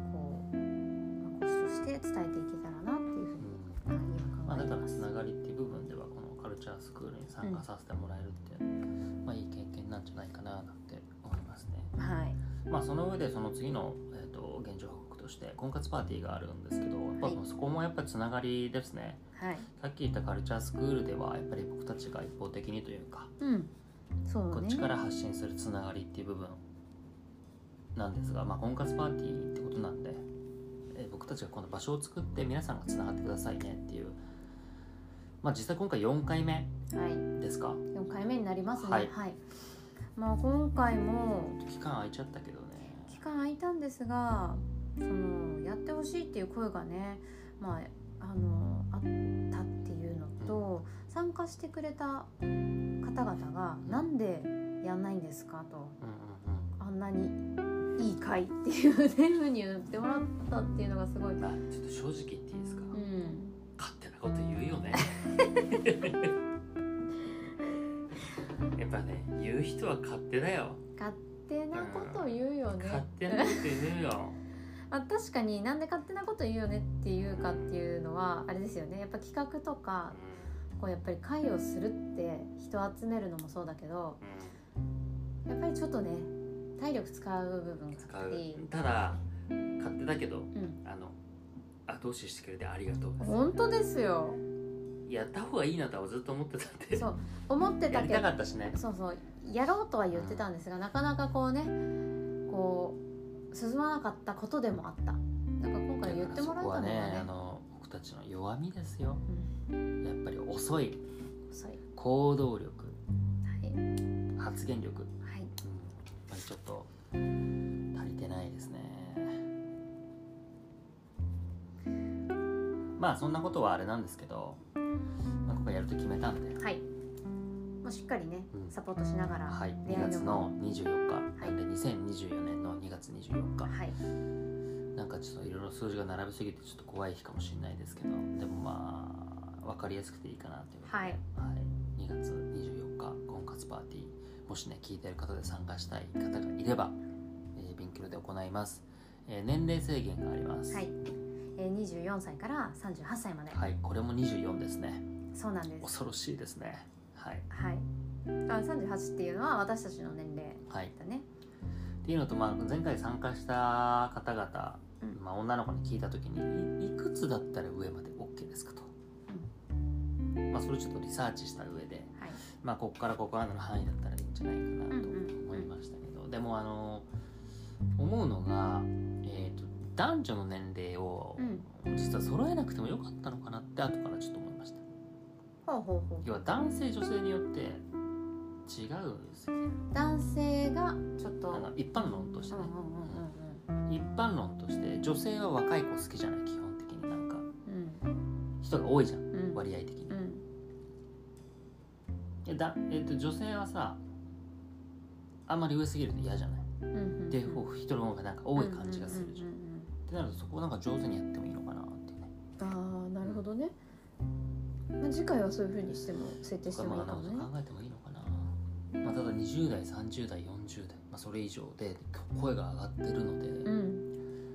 して伝えていけたらなっていうふうに、うん、今考えてます。まあ、だからつながりっていう部分ではこのカルチャースクールに参加させてもらえるっていう、うん、まあいい経験なんじゃないかななんて思いますね。 はい。 まあその上でその次の、えー、と現状報告として婚活パーティーがあるんですけど、やっぱそこもやっぱりつながりですね。はい。さっき言ったカルチャースクールではやっぱり僕たちが一方的にというか、 うん、そうね、 こっちから発信するつながりっていう部分なんですが、まあ婚活パーティーってことなんで。僕たちがこの場所を作って皆さんがつながってくださいねっていう、まあ実際今回よんかいめですか、はい、 よんかいめになりますね。はい、はい、まあ今回も期間空いちゃったけどね、 期間空いたんですが、そのやってほしいっていう声がね、まああのあったっていうのと、うん、参加してくれた方々が、うん、なんでやんないんですかと、うんうんうん、あんなにいい会っていうふうに言ってもらったっていうのがすごい、 まあ、ちょっと正直言っていいですか、うん、勝手なこと言うよねやっぱね、言う人は勝手だよ。 勝手なこと言うよね、 うん、勝手なこと言うよまあ、確かになんで勝手なこと言うよねっていうかっていうののはあれですよね。やっぱ企画とかこうやっぱり会をするって人を集めるのもそうだけど、やっぱりちょっとね体力使う部分があったり、 ただ勝手だけど、うん、あの後押ししてくれてありがとうです。 本当ですよ。 やった方がいいなとはずっと思ってたんで、 そう思ってたけど、 やりたかったしね。 そうそうやろうとは言ってたんですが、うん、なかなかこうねこう進まなかったことでもあった。だから今回言ってもらえたのがね、 ね、あの僕たちの弱みですよ、うん、やっぱり遅い遅い行動力、 はい、 発言力、 はい、うん、やっぱりちょっと足りてないですね。まあそんなことはあれなんですけど、まあ、今回やると決めたんで、 はい、もうしっかりね、うん、サポートしながら、 はい、にがつのにじゅうよっか、はい、なんでにせんにじゅうよねんのにがつにじゅうよっか、はい、なんかちょっといろいろ数字が並びすぎてちょっと怖い日かもしれないですけど、でもまあ分かりやすくていいかなということで、はいはい、にがつにじゅうよっか婚活パーティー、もしね聞いてる方で参加したい方がいれば、えー、ビンキロで行います。えー、年齢制限があります。 はい、えー、にじゅうよんさいからさんじゅうはっさいまで。 はい、これもにじゅうよんですね。 そうなんです。 恐ろしいですね。はい、 はい、あさんじゅうはちっていうのは私たちの年齢だね、はい、 っていうのと、まあ、前回参加した方々、うん、まあ、女の子に聞いた時に い, いくつだったら上まで OK ですかと、うん、まあ、それをちょっとリサーチした上で、はい、まあ、ここからここまでの範囲だったらいいんじゃないかなと思いましたけど、うんうんうん、でもあの思うのが、えーと、男女の年齢を実は揃えなくてもよかったのかなって後からちょっと思いました。 ほうほうほう。 要は男性女性によって違うんですよ。 男性がちょっとあの一般論としてね、うんうんうんうん、一般論として女性は若い子好きじゃない、基本的になんか、うん、人が多いじゃん、うん、割合的に、うん、だえー、と女性はさあんまり上すぎると嫌じゃない、うんうんうん、で人の方がなんか多い感じがするじゃん、うんうんうんうん、ってなるとそこをなんか上手にやってもいいのかなっていうね。 ああ、なるほどね、まあ、次回はそういう風にしても設定してもいいかもね。 考えてもいいのかな、まあ、ただにじゅう代さんじゅう代よんじゅう代、まあ、それ以上で声が上がってるので、うん、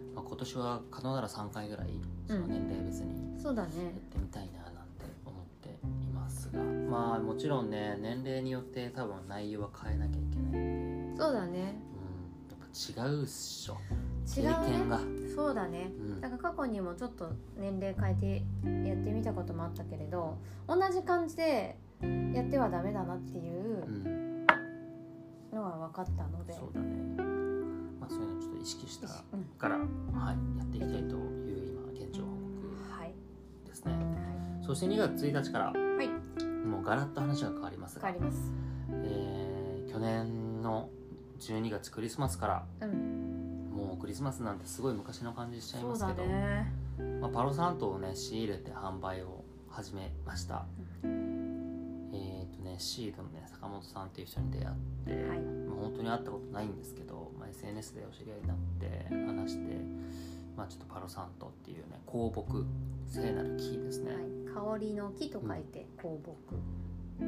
まあ、今年は可能ならさんかいぐらいその年齢別にやってみたいななんて思っていますが、まあもちろんね年齢によって多分内容は変えなきゃいけないんで。 そうだね、 うん、やっぱ違うっしょ、 違うね、経験が。そうだね、うん、だから過去にもちょっと年齢変えてやってみたこともあったけれど、同じ感じでやってはダメだなっていうのは分かったので、うん、 そうだね、まあ、そういうのをちょっと意識したから、うん、はい、やっていきたいという今現状報告ですね、はいはい、そしてにがつついたちから、はい、もうガラッと話が変わりますが、 変わります、 えー、去年のじゅうにがつクリスマスから、うん、もうクリスマスなんてすごい昔の感じしちゃいますけど、ね、まあ、パロサントをね仕入れて販売を始めました、うん、えっとねシードのね坂本さんっていう人に出会って、はい、まあ、本当に会ったことないんですけど、まあ、エスエヌエス でお知り合いになって話して、まあ、ちょっとパロサントっていうね香木聖なる木ですね、 はい、香りの木と書いて香木、 うん、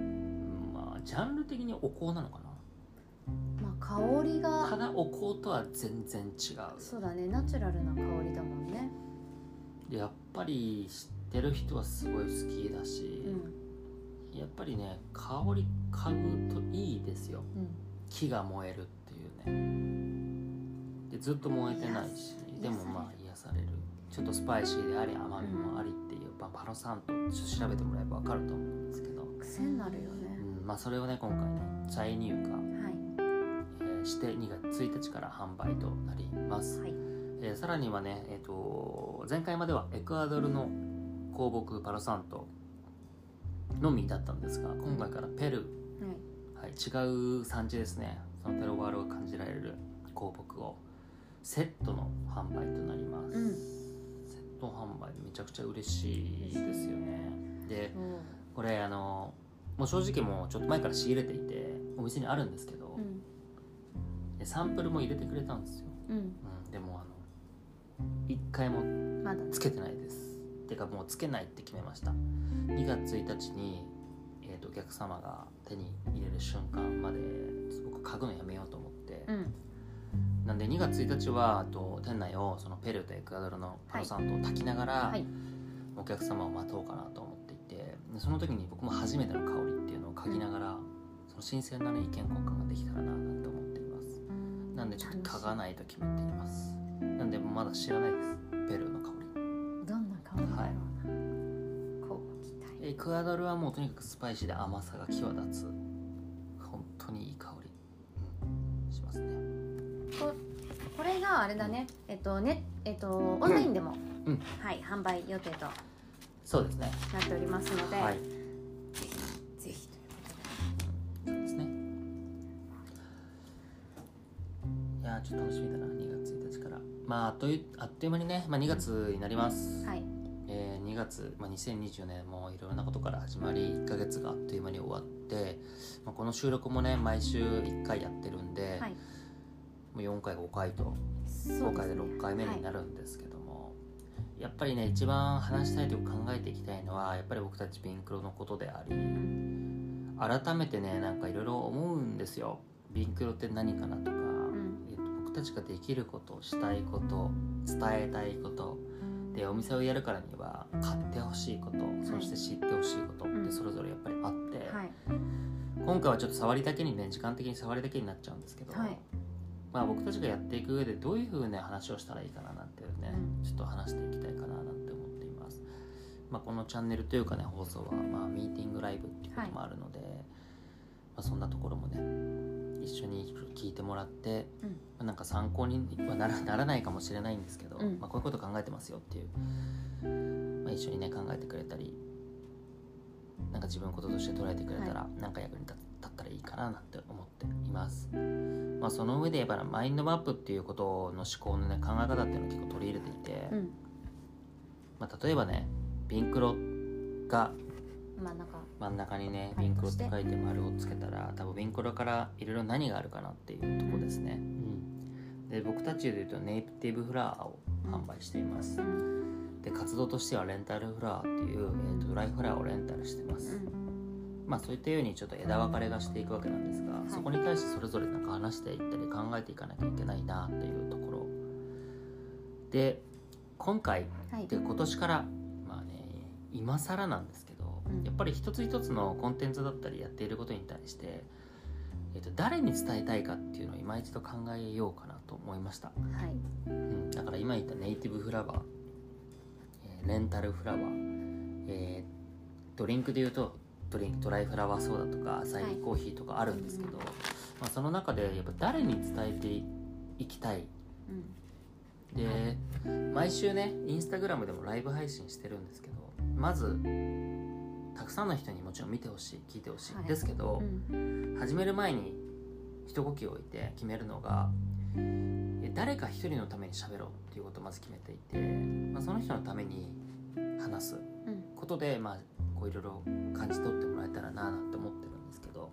まあジャンル的にお香なのかな、 まあ、香りがただお香とは全然違う。 そうだね、ナチュラルな香りだもんね。 やっぱり知ってる人はすごい好きだし、うん、やっぱりね香り嗅ぐといいですよ、うん、木が燃えるっていうね。でずっと燃えてないし、でもまあ癒される、ちょっとスパイシーであり甘みもありっていう、うん、パロサント調べてもらえば分かると思うんですけど、 癖になるよね、 うん、まあ、それをね今回ね再入荷、はい、えー、してにがつついたちから販売となります、はい、えー、さらにはね、えー、と前回まではエクアドルの香木パロサントのみだったんですが、今回からペルー、はい、はい、違う産地ですね、そのペロワールが感じられる香木をセットの販売となります、うん、セット販売めちゃくちゃ嬉しいですよね。で、うん、これあのもう正直もうちょっと前から仕入れていてお店にあるんですけど、うん、でサンプルも入れてくれたんですよ、うんうん、でもあの一回もつけてないです、ま、てかもうつけないって決めました。にがつついたちに、えー、とお客様が手に入れる瞬間まで僕嗅ぐのやめようと思って、うん、なんでにがつついたちはあと店内をそのペルーとエクアドルのパロサントを炊きながら、はい、 お客様を待とうかなと思っていて、でその時に僕も初めての香りっていうのを嗅ぎながら、うん、その新鮮な、ね、意見交換ができたらななんて思っています。なんでちょっと嗅がないと決めています。なんでまだ知らないです、ペルーの香り。 どんな香りだろうな、はい、こう期待。 エクアドルはもうとにかくスパイシーで甘さが際立つ本当にいい香り、うん、しますね。 こ, これがあれだね、えっとねえっとオンラインでも、うん、はい、販売予定とそうですねなっておりますので、はい、ぜひぜひということで、 そうですね。いやちょっと楽しみだな。にがつついたちからまああっというあっという間にね、まあ、にがつになります、 はい。 えー、にがつ、まあ、にせんにじゅうねんもいろいろなことから始まりいっかげつがあっという間に終わって、まあ、この収録もね毎週いっかいやってるんで、はい、もうよんかいごかいとごかいでろっかいめになるんですけども、はい、やっぱりね一番話したいと考えていきたいのはやっぱり僕たちビンクロのことであり、改めてねなんかいろいろ思うんですよ。ビンクロって何かなとか、うんえー、と僕たちができること、したいこと、伝えたいことで、お店をやるからには買ってほしいこと、そして知ってほしいことってそれぞれやっぱりあって、はい、今回はちょっと触りだけにね時間的に触りだけになっちゃうんですけど、はい、まあ僕たちがやっていく上でどういう風な話をしたらいいかななんてね、うん、ちょっと話していきたいかななんて思っています。まあ、このチャンネルというかね放送はまあミーティングライブっていうこともあるので、はい、まあ、そんなところもね一緒に聞いてもらって、うんまあ、なんか参考にはな ら, ならないかもしれないんですけど、うんまあ、こういうこと考えてますよっていう、まあ、一緒にね考えてくれたりなんか自分のこととして捉えてくれたら、はい、なんか役に立ったらいいかななんて思っています。まあ、その上でやっぱりマインドマップっていうことの思考の、ね、考え方っていうのを結構取り入れていて、うんまあ、例えばねビンクロが真ん中真ん中にねビンクロって書いて丸をつけたら多分ビンクロからいろいろ何があるかなっていうところですね、うん、で僕たちでいうとネイティブフラワーを販売しています、うん、で活動としてはレンタルフラワーっていう、えーと、ドライフラワーをレンタルしてます、うん、まあそういったようにちょっと枝分かれがしていくわけなんですが、はい、そこに対してそれぞれなんか話していったり考えていかなきゃいけないなっていうところで、今回、はい、で今年からまあね今更なんですけどやっぱり一つ一つのコンテンツだったりやっていることに対して、えー、と誰に伝えたいかっていうのを今一度考えようかなと思いました、はいうん、だから今言ったネイティブフラワー、えー、レンタルフラワー、えー、ドリンクでいうとドリンクドライフラワーソーダとかアサイーコーヒーとかあるんですけど、はいまあ、その中でやっぱ誰に伝えていきたい、うん、で毎週ねインスタグラムでもライブ配信してるんですけど、まずたくさんの人にもちろん見てほしい聞いてほしい、はい、ですけど、うん、始める前に一呼吸を置いて決めるのが誰か一人のために喋ろうっていうことをまず決めていて、まあ、その人のために話すことで、うん、まあこういろいろ感じ取ってもらえたらななんて思ってるんですけど、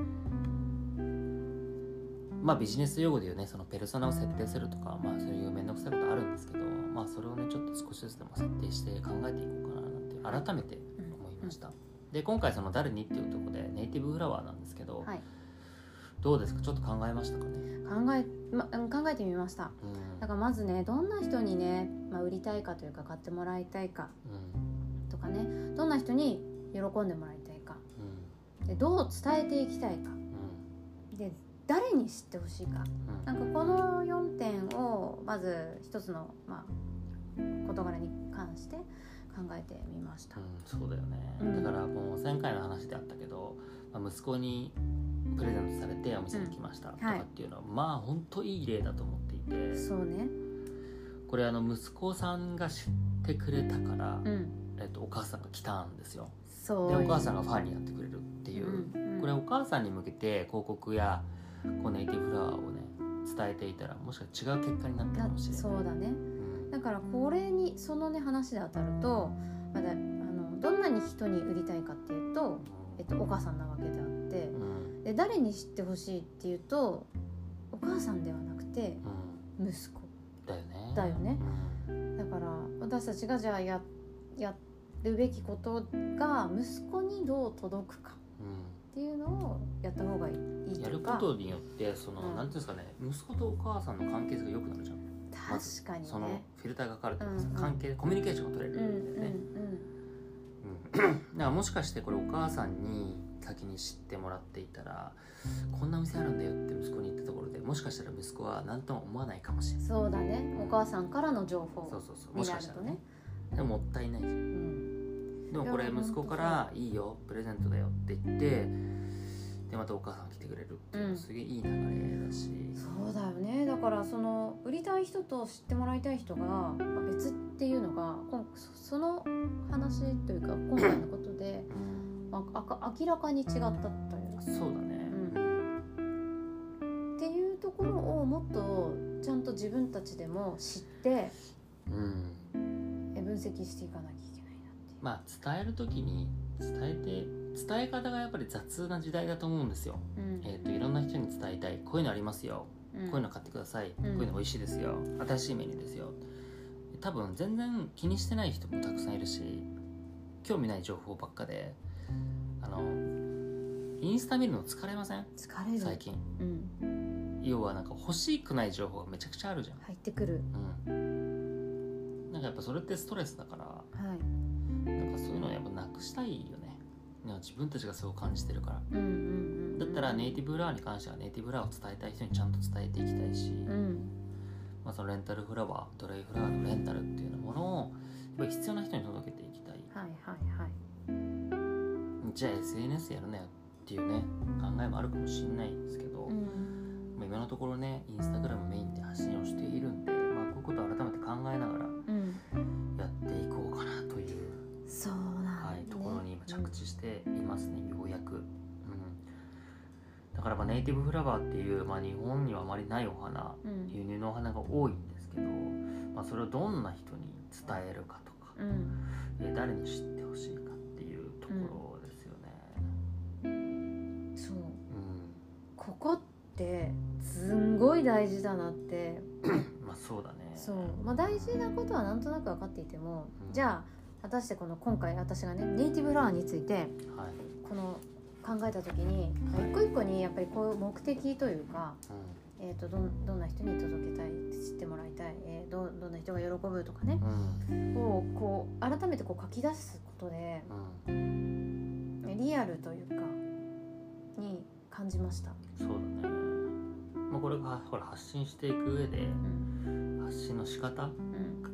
まあビジネス用語でいうねそのペルソナを設定するとかまあそういう面倒くさいことあるんですけど、まあそれをねちょっと少しずつでも設定して考えていこうかななんて改めて思いました、うん、で今回その誰にっていうところでネイティブフラワーなんですけど、はい、どうですかちょっと考えましたかね。 考え、ま、考えてみました、うん、だからまずねどんな人にね、まあ、売りたいかというか買ってもらいたいか、うん、とかねどんな人に喜んでもらいたいか、うん、でどう伝えていきたいか、うん、で誰に知ってほしいか、うん、なんかこのよんてんをまず一つの、まあ、事柄に関して考えてみました、うん、 そうだよね、うん、だからもう前回の話であったけど、まあ、息子にプレゼントされてお店に来ましたとかっていうのは、うんはい、まあ本当いい例だと思っていて、 そうねこれあの息子さんが知ってくれたから、うんえっと、お母さんが来たんですよ。そうでお母さんがファンになってくれるっていう、うんうん、これお母さんに向けて広告やこうネイティブフラワーをね伝えていたらもしかしたら違う結果になったかもしれない。 そうだね、うん、だからこれにそのね話で当たるとまだあのどんなに人に売りたいかっていうと、えっと、お母さんなわけであって、うん、で誰に知ってほしいっていうとお母さんではなくて、うん、息子だよねだよね、うん、だから私たちがじゃあ や, やるべきことが息子にどう届くかっていうのをやった方がいいとか、 やることによってその、うん、なんていうんですかね息子とお母さんの関係性が良くなるじゃん。 確かにね、 ま、そのフフィルターがかかるというか、うんうん、関係コミュニケーションが取れるんだよね、うんうんうん、だからもしかしてこれお母さんに先に知ってもらっていたらこんな店あるんだよって息子に言ったところでもしかしたら息子は何とも思わないかもしれない。 そうだね、お母さんからの情報そうそうそうもしかしたらね、でももったいないじゃん、うん、でもこれ息子からいいよプレゼントだよって言ってでまたお母さんが来てくれるっていうのすげえいい流れだし、うん、 そうだよね。だからその売りたい人と知ってもらいたい人が別っていうのがその話というか今回のことで、うん、あ明らかに違ったというか、 そうだね、 うん、っていうところをもっとちゃんと自分たちでも知って、うん、分析していかなきゃいけないなっていう。 まあ伝えるときに伝えて伝え方がやっぱり雑な時代だと思うんですよ、うんえー、といろんな人に伝えたい、こういうのありますよ、うん、こういうの買ってください、うん、こういうの美味しいですよ、新しいメニューですよ。多分全然気にしてない人もたくさんいるし興味ない情報ばっかであのインスタ見るの疲れません？ 疲れる最近、うん、要はなんか欲しくない情報がめちゃくちゃあるじゃん、 入ってくる、 うん、なんかやっぱそれってストレスだから、はい、なんかそういうのをやっぱなくしたいよね。自分たちがそう感じてるから、うんうんうん、だったらネイティブフラワーに関してはネイティブフラワーを伝えたい人にちゃんと伝えていきたいし、うんまあ、そのレンタルフラワードライフラワーのレンタルっていうものをやっぱり必要な人に届けていきたい、はいはいはい、じゃあ エスエヌエス やるなよっていうね考えもあるかもしれないですけど、うんまあ、今のところねインスタグラムメインで発信をしているんで、まあ、こういうことを改めて考えながらやっていこうかなという、 うん、そうはい、ところに今着地していますね、ようやく、うん、だからまあネイティブフラワーっていう、まあ、日本にはあまりないお花、うん、輸入のお花が多いんですけど、まあ、それをどんな人に伝えるかとか、うんえ誰に知ってほしいかっていうところですよね、 うん、そう、うん、ここってすんごい大事だなってまあそうだね、 そう、まあ、大事なことはなんとなく分かっていても、うん、じゃあ果たしてこの今回私がねネイティブフラワーについて、はい、この考えた時に、はい、一個一個にやっぱりこういう目的というか、うんえー、と ど, どんな人に届けたい知ってもらいたい、えー、ど, どんな人が喜ぶとかね、うん、をこう改めてこう書き出すことで、うん、リアルというかに感じました。 そうだね、まあ、これがほら発信していく上で、うん、発信の仕方、うん、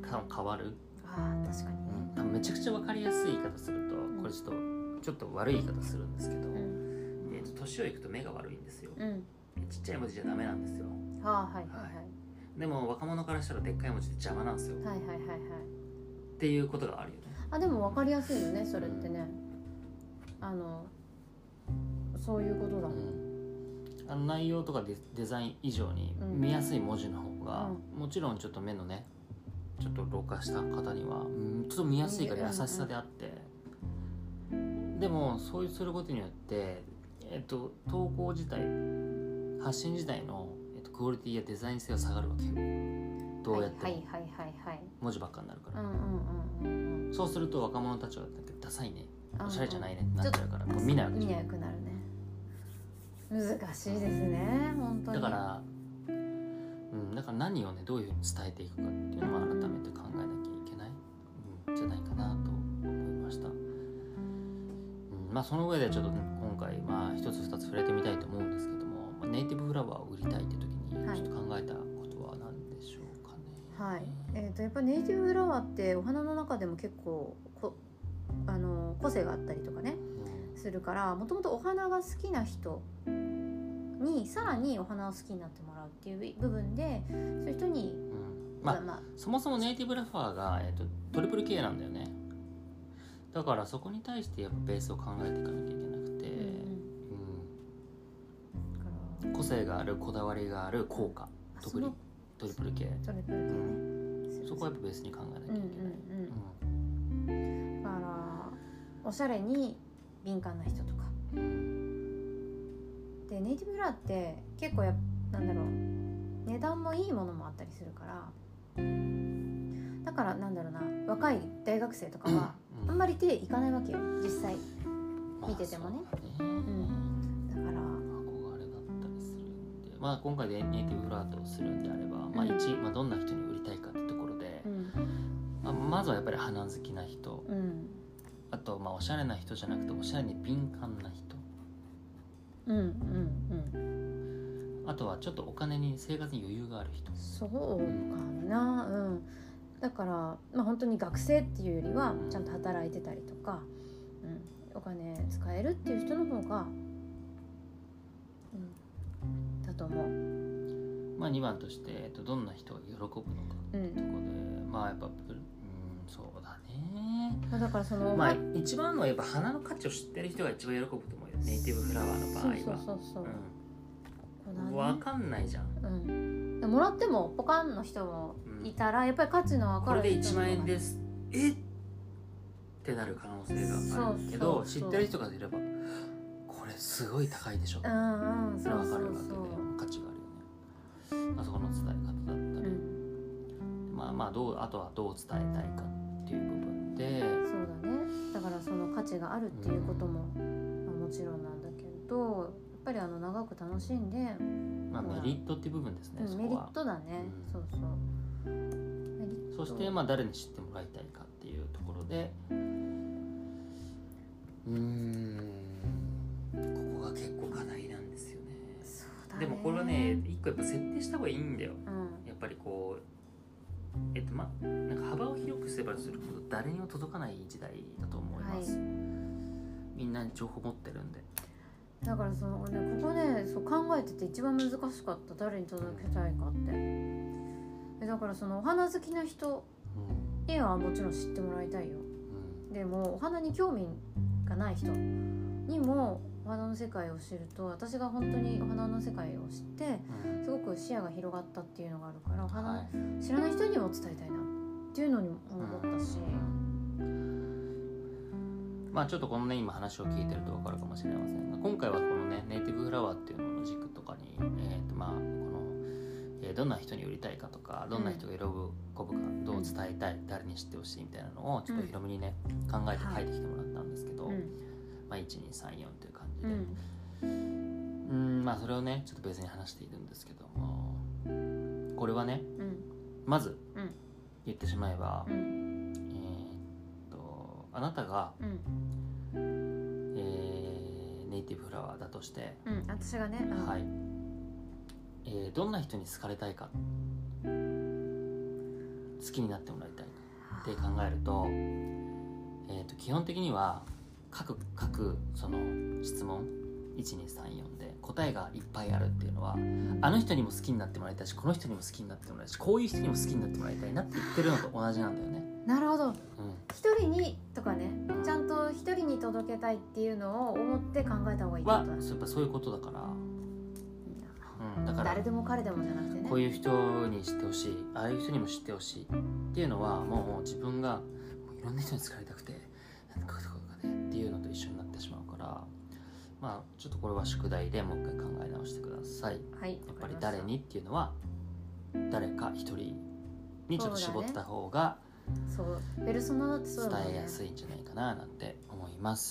が変わる。 あ確かにね、 うん、多分めちゃくちゃ分かりやすい言い方すると、うん、これちょっとちょっと悪い言い方するんですけど、うんえー、と年をいくと目が悪いんですよ、うん、ちっちゃい文字じゃダメなんですよ、はあはいはいはい、でも若者からしたらでっかい文字で邪魔なんですよ、はいはいはいはい、っていうことがあるよね。 あでも分かりやすいよねそれってね、うん、あのそういうことだもん、うん、 あの内容とか デ, デザイン以上に見やすい文字の方が、うん、もちろんちょっと目のねちょっと老化した方には、うん、ちょっと見やすいから優しさであって、うん、でもそうすることによって、えっと、投稿自体発信自体の、えっと、クオリティやデザイン性は下がるわけよ。どうやっても文字ばっかになるから、うんうんうんうん、そうすると若者たちはダサいねおしゃれじゃないねってなっちゃうからもう見ないわけじゃん。 見なくなるね。難しいですね本当に。 だからうん、だから何をねどういうふうに伝えていくかっていうのも改めて考えなきゃいけない、うん、じゃないかなと思いました、うん、まあその上でちょっと、ね、今回まあ一つ二つ触れてみたいと思うんですけども、まあ、ネイティブフラワーを売りたいって時にちょっと考えたことは何でしょうかね。はい、 えー、とやっぱネイティブフラワーってお花の中でも結構こあの個性があったりとかね、うん、するからもともとお花が好きな人にさらにお花を好きになってもらうっていう部分でそういう人に、 うんまあまあ、そもそもネイティブラファーが、えー、とトリプル K なんだよね。だからそこに対してやっぱベースを考えていかなきゃいけなくて、うんうん、個性があるこだわりがある効果トリトリプル K、トリプル K、うん、そこはやっぱベースに考えなきゃいけない、うんうんうん、だからおしゃれに敏感な人とかでネイティブフラワーって結構やなんだろう値段もいいものもあったりするからだからなんだろうな若い大学生とかはあんまり手いかないわけよ実際見ててもね、まあ、ね、うん、だから憧れだったりするんで、まあ、今回でネイティブフラワーとするんであれば、まあいちまあ、どんな人に売りたいかってところで、うんまずはやっぱり花好きな人、 うん、 あとまあおしゃれな人じゃなくておしゃれに敏感な人、 うんうんうん、 あとはちょっとお金に生活に余裕がある人。 そうかな、うん、だから、まあ、本当に学生っていうよりはちゃんと働いてたりとか、うん、お金使えるっていう人の方が、うん、だと思う。 まあ、にばんとして、えっと、どんな人が喜ぶのかっていうところで、うん、まあやっぱ、うん、そうだね。 だからその、 まあ、一番のはやっぱ花の価値を知ってる人が一番喜ぶと思うよ、ネイティブフラワーの場合は。 そうそうそうそう、 うん、分かんないじゃん、 うん、もらってもポカンの人もいたら、うん、やっぱり価値の分かる人これでいちまんえんですえっってなる可能性があるけど、そうそうそう、知ってる人がいればこれすごい高いでしょ、 うんうん、 それは分かるわけで価値があるよね、あそこの伝え方だったり、うん、まあまあどう、あとはどう伝えたいかっていう部分で、 そうだね、だからその価値があるっていうことも、うん、まあ、もちろんなんだけど、やっぱりあの長く楽しんで、 まあ、メリットっていう部分ですね、 うん、 そこはメリットだね、うん、そうそう、 メリット、そしてまあ誰に知ってもらいたいかっていうところで、うーん、ここが結構課題なんですよね。 そうだね。 でもこれはね、一個やっぱ設定した方がいいんだよ、 うん、 やっぱりこうえっとまあなんか幅を広くすればするほど誰にも届かない時代だと思います、はい、みんな情報持ってるんで。 だからその、ね、ここね、そう考えてて一番難しかった、誰に届けたいかって、うん、だからそのお花好きな人にはもちろん知ってもらいたいよ、うん、でもお花に興味がない人にもお花の世界を知ると、私が本当にお花の世界を知ってすごく視野が広がったっていうのがあるから、お花、はい、知らない人にも伝えたいなっていうのにも思ったし、うん、 まあちょっとこのね今話を聞いてると分かるかもしれませんが、今回はこのねネイティブフラワーっていうのの軸とかに、えーとまあこの、えー、どんな人に売りたいかとか、どんな人が喜ぶか、どう伝えたい、誰に知ってほしいみたいなのをちょっとヒロミにね、うん、考えて書いてきてもらったんですけど、はい、まあ、いちにさんよんという感じで、うん、うん、まあそれをねちょっと別に話しているんですけども、これはね、うん、まず言ってしまえば、うん、えー、っとあなたが、うん、えー、ネイティブフラワーだとして、 うん、私がね、うん、 はい、えー、どんな人に好かれたいか、好きになってもらいたいって考えると、えー、と基本的には各各その質問いちにさんよんで答えがいっぱいあるっていうのは、あの人にも好きになってもらいたいし、この人にも好きになってもらいたいし、こういう人にも好きになってもらいたいなって言ってるのと同じなんだよね。 なるほど、うん、一人にとかね、ちゃんと一人に届けたいっていうのを思って考えた方がいいってことだね。 やっぱそういうことだから、うん、だから誰でも彼でもじゃなくてね、 こういう人に知ってほしい、ああいう人にも知ってほしいっていうのは、もう自分がいろんな人に好かれたくてなんかっていうのと一緒になってしまうから、まあちょっとこれは宿題でもう一回考え直してください、 はい、 やっぱり誰にっていうのは誰か一人にちょっと絞った方がそうペルソナだってそうだね、 伝えやすいんじゃないかななんて思います。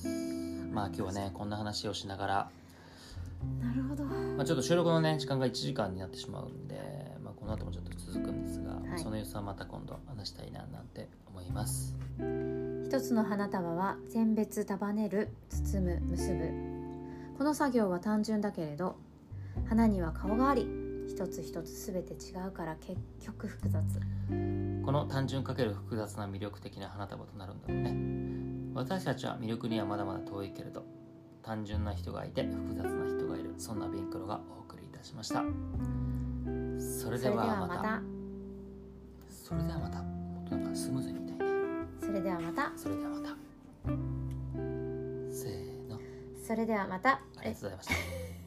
まあ今日はねこんな話をしながら、 なるほど、 まあ、ちょっと収録のね時間がいちじかんになってしまうんで、まあ、この後もちょっと続くんですが、はい、その様子はまた今度話したいななんて思います。 一つの花束は選別、束ねる、包む、結ぶ。この作業は単純だけれど、花には顔があり、一つ一つすべて違うから結局複雑。 この単純かける複雑な魅力的な花束となるんだろうね。私たちは魅力にはまだまだ遠いけれど、単純な人がいて複雑な人がいる、そんなビンクロがお送りいたしました。それではまた。それではまた。もっとなんかスムーズにみたいね。 それではまた。 それではまた。せーの。 それではまた。 ありがとうございました。